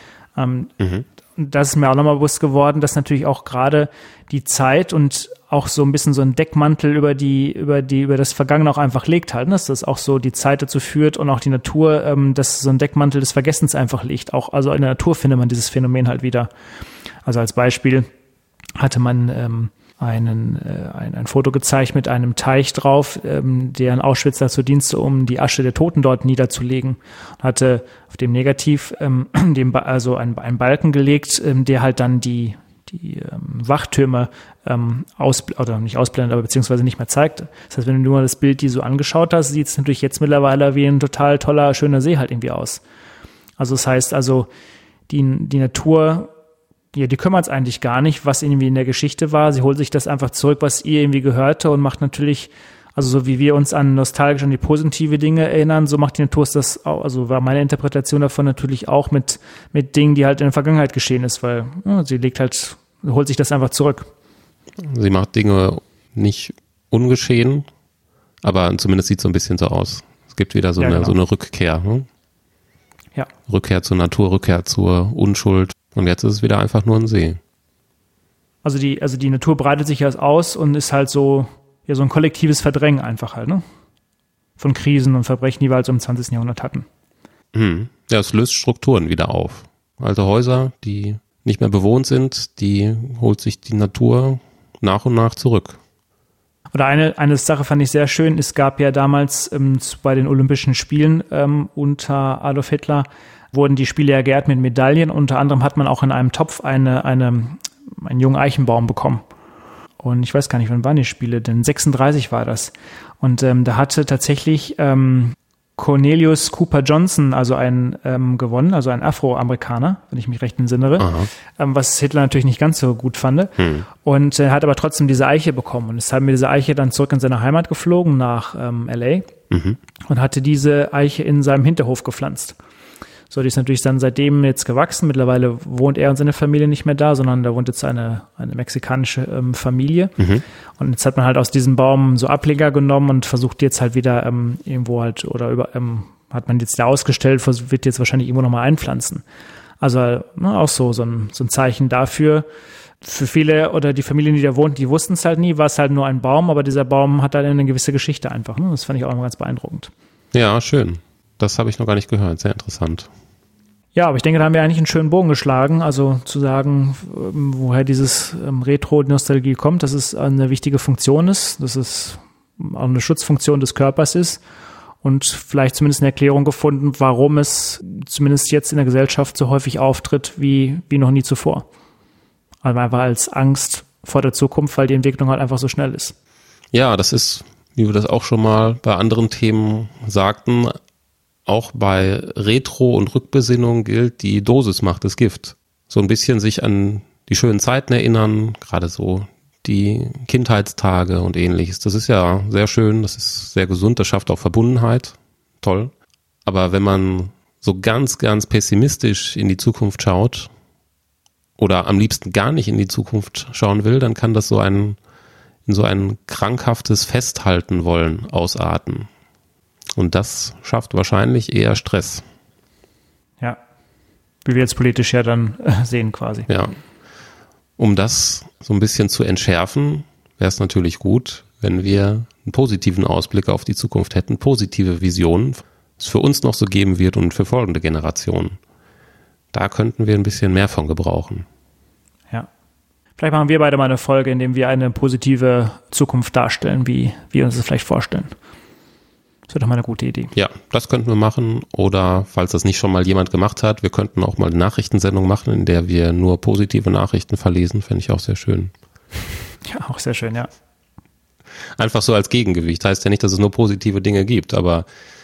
Das ist mir auch nochmal bewusst geworden, dass natürlich auch gerade die Zeit und auch so ein bisschen so ein Deckmantel über das Vergangene auch einfach legt halt, dass das auch so die Zeit dazu führt und auch die Natur, dass so ein Deckmantel des Vergessens einfach liegt. Auch also in der Natur findet man dieses Phänomen halt wieder. Also als Beispiel hatte man ein Foto gezeigt mit einem Teich drauf, der in Auschwitz dazu diente, um die Asche der Toten dort niederzulegen. Hatte auf dem Negativ einen Balken gelegt, der halt dann die Wachtürme oder nicht ausblendet, aber beziehungsweise nicht mehr zeigt. Das heißt, wenn du nur das Bild die so angeschaut hast, sieht es natürlich jetzt mittlerweile wie ein total toller, schöner See halt irgendwie aus. Also das heißt also, die Natur, ja, die kümmert es eigentlich gar nicht, was irgendwie in der Geschichte war. Sie holt sich das einfach zurück, was ihr irgendwie gehörte und macht natürlich, also so wie wir uns nostalgisch an die positive Dinge erinnern, so macht die Natur das auch, also war meine Interpretation davon natürlich auch mit Dingen, die halt in der Vergangenheit geschehen ist, weil sie holt sich das einfach zurück. Sie macht Dinge nicht ungeschehen, aber zumindest sieht es so ein bisschen so aus. Es gibt wieder so eine Rückkehr. Ne? Ja. Rückkehr zur Natur, Rückkehr zur Unschuld. Und jetzt ist es wieder einfach nur ein See. Also die Natur breitet sich ja aus und ist halt so ein kollektives Verdrängen einfach halt, ne? Von Krisen und Verbrechen, die wir halt so im 20. Jahrhundert hatten. Ja, es löst Strukturen wieder auf. Alte Häuser, die nicht mehr bewohnt sind, die holt sich die Natur nach und nach zurück. Oder eine Sache fand ich sehr schön, es gab ja damals bei den Olympischen Spielen unter Adolf Hitler wurden die Spiele ja geehrt mit Medaillen. Unter anderem hat man auch in einem Topf einen jungen Eichenbaum bekommen. Und ich weiß gar nicht, wann waren die Spiele, denn 36 war das. Und da hatte tatsächlich Cornelius Cooper Johnson, also gewonnen, also ein Afroamerikaner, wenn ich mich recht entsinnere, was Hitler natürlich nicht ganz so gut fand. Und er hat aber trotzdem diese Eiche bekommen und ist halt mit dieser Eiche dann zurück in seine Heimat geflogen nach LA und hatte diese Eiche in seinem Hinterhof gepflanzt. So, die ist natürlich dann seitdem jetzt gewachsen. Mittlerweile wohnt er und seine Familie nicht mehr da, sondern da wohnt jetzt eine mexikanische Familie. Und jetzt hat man halt aus diesem Baum so Ableger genommen und versucht jetzt halt wieder irgendwo halt hat man jetzt da ausgestellt, wird jetzt wahrscheinlich irgendwo nochmal einpflanzen. Also auch so ein Zeichen dafür. Für viele oder die Familien, die da wohnten, die wussten es halt nie, war es halt nur ein Baum, aber dieser Baum hat halt eine gewisse Geschichte einfach. Ne? Das fand ich auch immer ganz beeindruckend. Ja, schön. Das habe ich noch gar nicht gehört. Sehr interessant. Ja, aber ich denke, da haben wir eigentlich einen schönen Bogen geschlagen. Also zu sagen, woher dieses Retro-Nostalgie kommt, dass es eine wichtige Funktion ist, dass es auch eine Schutzfunktion des Körpers ist und vielleicht zumindest eine Erklärung gefunden, warum es zumindest jetzt in der Gesellschaft so häufig auftritt wie noch nie zuvor. Also einfach als Angst vor der Zukunft, weil die Entwicklung halt einfach so schnell ist. Ja, das ist, wie wir das auch schon mal bei anderen Themen sagten, auch bei Retro- und Rückbesinnung gilt, die Dosis macht das Gift. So ein bisschen sich an die schönen Zeiten erinnern, gerade so die Kindheitstage und ähnliches. Das ist ja sehr schön, das ist sehr gesund, das schafft auch Verbundenheit. Toll. Aber wenn man so ganz, ganz pessimistisch in die Zukunft schaut oder am liebsten gar nicht in die Zukunft schauen will, dann kann das in so ein krankhaftes Festhalten wollen ausarten. Und das schafft wahrscheinlich eher Stress. Ja, wie wir jetzt politisch ja dann sehen quasi. Ja, um das so ein bisschen zu entschärfen, wäre es natürlich gut, wenn wir einen positiven Ausblick auf die Zukunft hätten, positive Visionen, es für uns noch so geben wird und für folgende Generationen. Da könnten wir ein bisschen mehr von gebrauchen. Ja, vielleicht machen wir beide mal eine Folge, in der wir eine positive Zukunft darstellen, wie wir uns das vielleicht vorstellen. Das wäre doch mal eine gute Idee. Ja, das könnten wir machen. Oder, falls das nicht schon mal jemand gemacht hat, wir könnten auch mal eine Nachrichtensendung machen, in der wir nur positive Nachrichten verlesen. Fände ich auch sehr schön. Ja, auch sehr schön, ja. Einfach so als Gegengewicht. Heißt ja nicht, dass es nur positive Dinge gibt, aber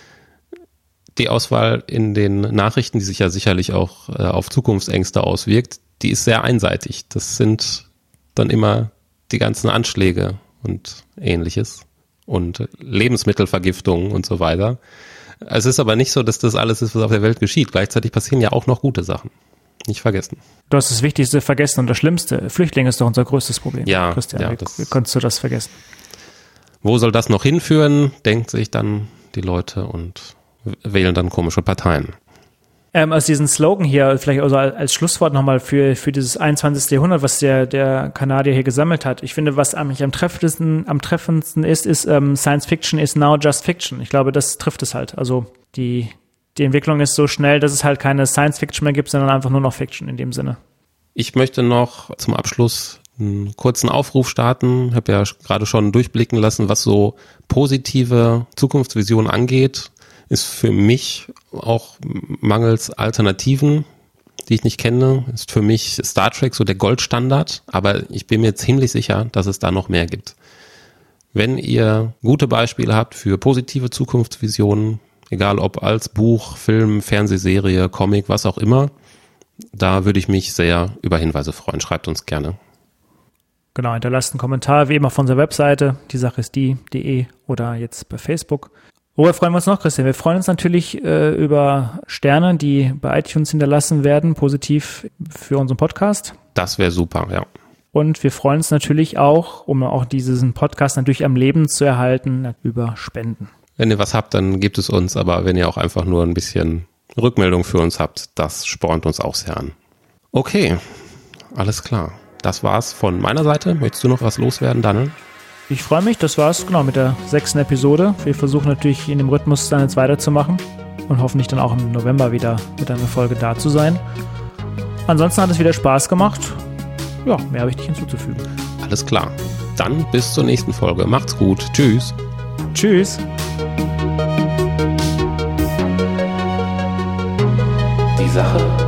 die Auswahl in den Nachrichten, die sich ja sicherlich auch auf Zukunftsängste auswirkt, die ist sehr einseitig. Das sind dann immer die ganzen Anschläge und Ähnliches. Und Lebensmittelvergiftungen und so weiter. Es ist aber nicht so, dass das alles ist, was auf der Welt geschieht. Gleichzeitig passieren ja auch noch gute Sachen. Nicht vergessen. Du hast das Wichtigste vergessen und das Schlimmste. Flüchtlinge ist doch unser größtes Problem. Ja, Christian, ja, wie konntest du das vergessen? Wo soll das noch hinführen, denkt sich dann die Leute und wählen dann komische Parteien. Aus diesem Slogan hier, vielleicht also als Schlusswort nochmal für dieses 21. Jahrhundert, was der Kanadier hier gesammelt hat. Ich finde, was eigentlich am treffendsten ist Science Fiction is now just fiction. Ich glaube, das trifft es halt. Also die Entwicklung ist so schnell, dass es halt keine Science Fiction mehr gibt, sondern einfach nur noch Fiction in dem Sinne. Ich möchte noch zum Abschluss einen kurzen Aufruf starten. Ich habe ja gerade schon durchblicken lassen, was so positive Zukunftsvisionen angeht. Ist für mich auch mangels Alternativen, die ich nicht kenne, ist für mich Star Trek so der Goldstandard, aber ich bin mir ziemlich sicher, dass es da noch mehr gibt. Wenn ihr gute Beispiele habt für positive Zukunftsvisionen, egal ob als Buch, Film, Fernsehserie, Comic, was auch immer, da würde ich mich sehr über Hinweise freuen. Schreibt uns gerne. Genau, hinterlasst einen Kommentar, wie immer auf unserer Webseite, die Sache ist die.de oder jetzt bei Facebook. Worüber freuen wir uns noch, Christian? Wir freuen uns natürlich über Sterne, die bei iTunes hinterlassen werden, positiv für unseren Podcast. Das wäre super, ja. Und wir freuen uns natürlich auch, um auch diesen Podcast natürlich am Leben zu erhalten, über Spenden. Wenn ihr was habt, dann gebt es uns, aber wenn ihr auch einfach nur ein bisschen Rückmeldung für uns habt, das spornt uns auch sehr an. Okay, alles klar. Das war's von meiner Seite. Möchtest du noch was loswerden, Daniel? Ich freue mich, das war's, genau, mit der 6. Episode. Wir versuchen natürlich in dem Rhythmus dann jetzt weiterzumachen und hoffentlich dann auch im November wieder mit einer Folge da zu sein. Ansonsten hat es wieder Spaß gemacht. Ja, mehr habe ich nicht hinzuzufügen. Alles klar. Dann bis zur nächsten Folge. Macht's gut. Tschüss. Tschüss. Die Sache